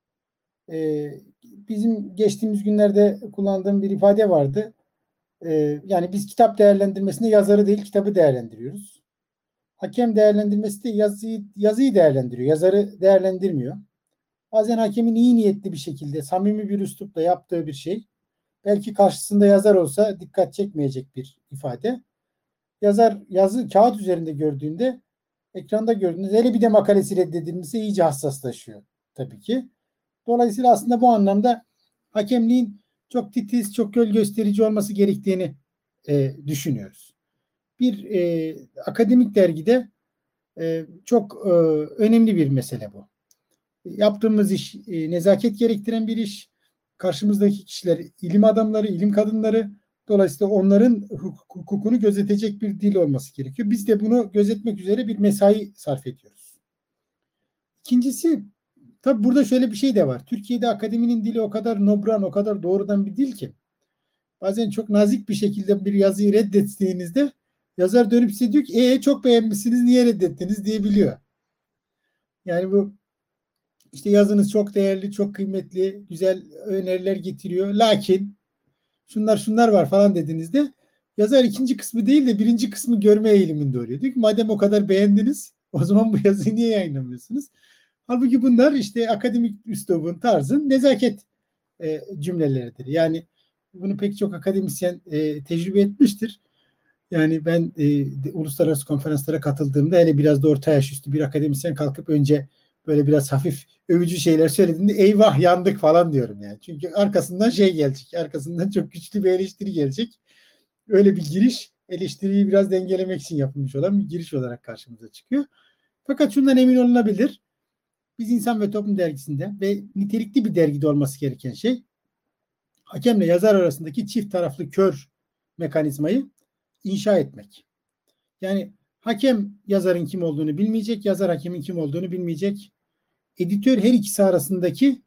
Bizim geçtiğimiz günlerde kullandığım bir ifade vardı. Yani biz kitap değerlendirmesinde yazarı değil kitabı değerlendiriyoruz. Hakem değerlendirmesi de yazıyı değerlendiriyor. Yazarı değerlendirmiyor. Bazen hakemin iyi niyetli bir şekilde samimi bir üslupla yaptığı bir şey belki karşısında yazar olsa dikkat çekmeyecek bir ifade. Yazar yazı kağıt üzerinde gördüğünde, ekranda gördüğünüz, hele bir de makalesi reddedilmişse iyice hassaslaşıyor tabii ki. Dolayısıyla aslında bu anlamda hakemliğin çok titiz, çok yol gösterici olması gerektiğini düşünüyoruz. Bir akademik dergide çok önemli bir mesele bu. Yaptığımız iş nezaket gerektiren bir iş. Karşımızdaki kişiler ilim adamları, ilim kadınları. Dolayısıyla onların hukukunu gözetecek bir dil olması gerekiyor. Biz de bunu gözetmek üzere bir mesai sarf ediyoruz. İkincisi, tabii burada şöyle bir şey de var. Türkiye'de akademinin dili o kadar nobran, o kadar doğrudan bir dil ki bazen çok nazik bir şekilde bir yazıyı reddettiğinizde yazar dönüp size diyor ki çok beğenmişsiniz, niye reddettiniz diyebiliyor. Yani bu işte yazınız çok değerli, çok kıymetli, güzel öneriler getiriyor. Lakin şunlar var falan dediğinizde yazar ikinci kısmı değil de birinci kısmı görme eğiliminde oluyor. Diyor ki madem o kadar beğendiniz, o zaman bu yazıyı niye yayınlamıyorsunuz? Halbuki bunlar işte akademik üslubun, tarzın nezaket cümleleridir. Yani bunu pek çok akademisyen tecrübe etmiştir. Yani ben uluslararası konferanslara katıldığımda, hele biraz da orta yaş üstü bir akademisyen kalkıp önce böyle biraz hafif övücü şeyler söylediğinde eyvah yandık falan diyorum yani. Çünkü arkasından şey gelecek. Arkasından çok güçlü bir eleştiri gelecek. Öyle bir giriş, eleştiriyi biraz dengelemek için yapılmış olan bir giriş olarak karşımıza çıkıyor. Fakat şundan emin olunabilir. Biz İnsan ve Toplum Dergisi'nde ve nitelikli bir dergide olması gereken şey, hakemle yazar arasındaki çift taraflı kör mekanizmayı inşa etmek. Yani hakem yazarın kim olduğunu bilmeyecek, yazar hakemin kim olduğunu bilmeyecek. Editör her ikisi arasındaki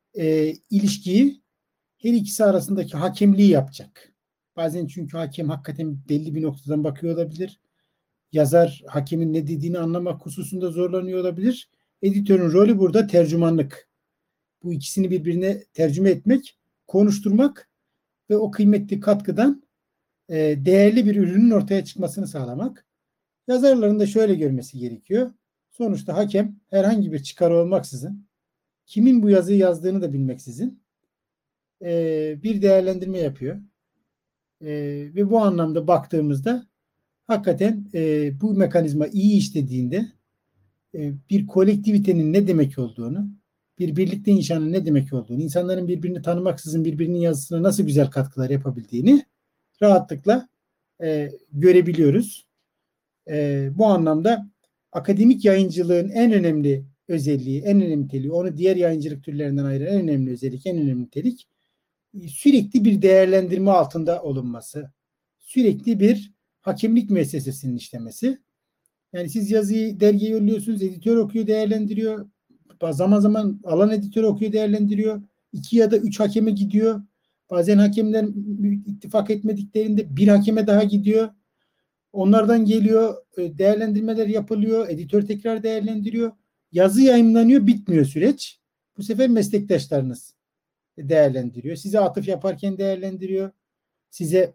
ilişkiyi, her ikisi arasındaki hakemliği yapacak. Bazen çünkü hakem hakikaten belli bir noktadan bakıyor olabilir. Yazar hakemin ne dediğini anlamak hususunda zorlanıyor olabilir. Editörün rolü burada tercümanlık. Bu ikisini birbirine tercüme etmek, konuşturmak ve o kıymetli katkıdan değerli bir ürünün ortaya çıkmasını sağlamak. Yazarların da şöyle görmesi gerekiyor. Sonuçta hakem herhangi bir çıkar olmaksızın, kimin bu yazıyı yazdığını da bilmeksizin bir değerlendirme yapıyor. Ve bu anlamda baktığımızda hakikaten bu mekanizma iyi işlediğinde bir kolektivitenin ne demek olduğunu, bir birlikte inşanın ne demek olduğunu, insanların birbirini tanımaksızın birbirinin yazısına nasıl güzel katkılar yapabildiğini rahatlıkla görebiliyoruz. Bu anlamda akademik yayıncılığın en önemli özelliği, en önemli niteliği, onu diğer yayıncılık türlerinden ayıran en önemli özellik, en önemli nitelik sürekli bir değerlendirme altında olunması, sürekli bir hakemlik müessesesinin işlemesi. Yani siz yazıyı dergiye yolluyorsunuz, editör okuyor, değerlendiriyor. Zaman zaman alan editör okuyor, değerlendiriyor. 2 ya da 3 hakeme gidiyor. Bazen hakemler ittifak etmediklerinde bir hakeme daha gidiyor. Onlardan geliyor, değerlendirmeler yapılıyor, editör tekrar değerlendiriyor. Yazı yayınlanıyor, bitmiyor süreç. Bu sefer meslektaşlarınız değerlendiriyor. Size atıf yaparken değerlendiriyor. Size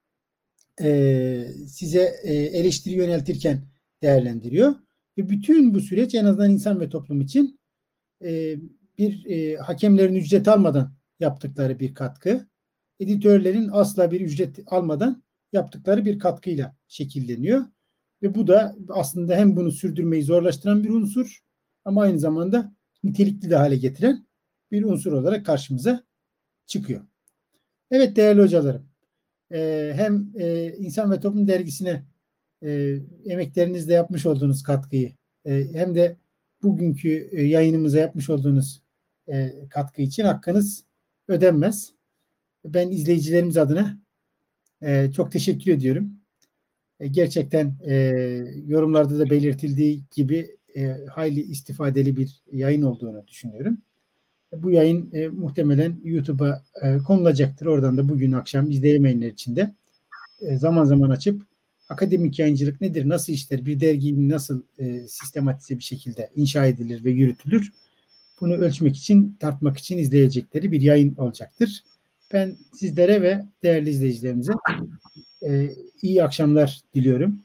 eleştiri yöneltirken değerlendiriyor. Ve bütün bu süreç en azından insan ve toplum için bir hakemlerin ücret almadan yaptıkları bir katkı, editörlerin asla bir ücret almadan yaptıkları bir katkıyla şekilleniyor. Ve bu da aslında hem bunu sürdürmeyi zorlaştıran bir unsur ama aynı zamanda nitelikli de hale getiren bir unsur olarak karşımıza çıkıyor. Evet değerli hocalarım, hem İnsan ve Toplum Dergisi'ne emeklerinizle yapmış olduğunuz katkıyı hem de bugünkü yayınımıza yapmış olduğunuz katkı için hakkınız ödenmez. Ben izleyicilerimiz adına çok teşekkür ediyorum. Gerçekten yorumlarda da belirtildiği gibi hayli istifadeli bir yayın olduğunu düşünüyorum. Bu yayın muhtemelen YouTube'a konulacaktır. Oradan da bugün akşam izleyemeyenler için de zaman zaman açıp akademik yayıncılık nedir, nasıl işler, bir dergi nasıl sistematize bir şekilde inşa edilir ve yürütülür, bunu ölçmek için, tartmak için izleyecekleri bir yayın olacaktır. Ben sizlere ve değerli izleyicilerimize iyi akşamlar diliyorum.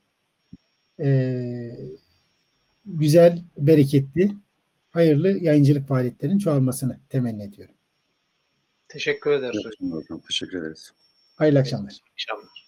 Güzel, bereketli, hayırlı yayıncılık faaliyetlerinin çoğalmasını temenni ediyorum. Teşekkür ederiz hocam. Teşekkür ederiz. Hayırlı akşamlar. İnşallah.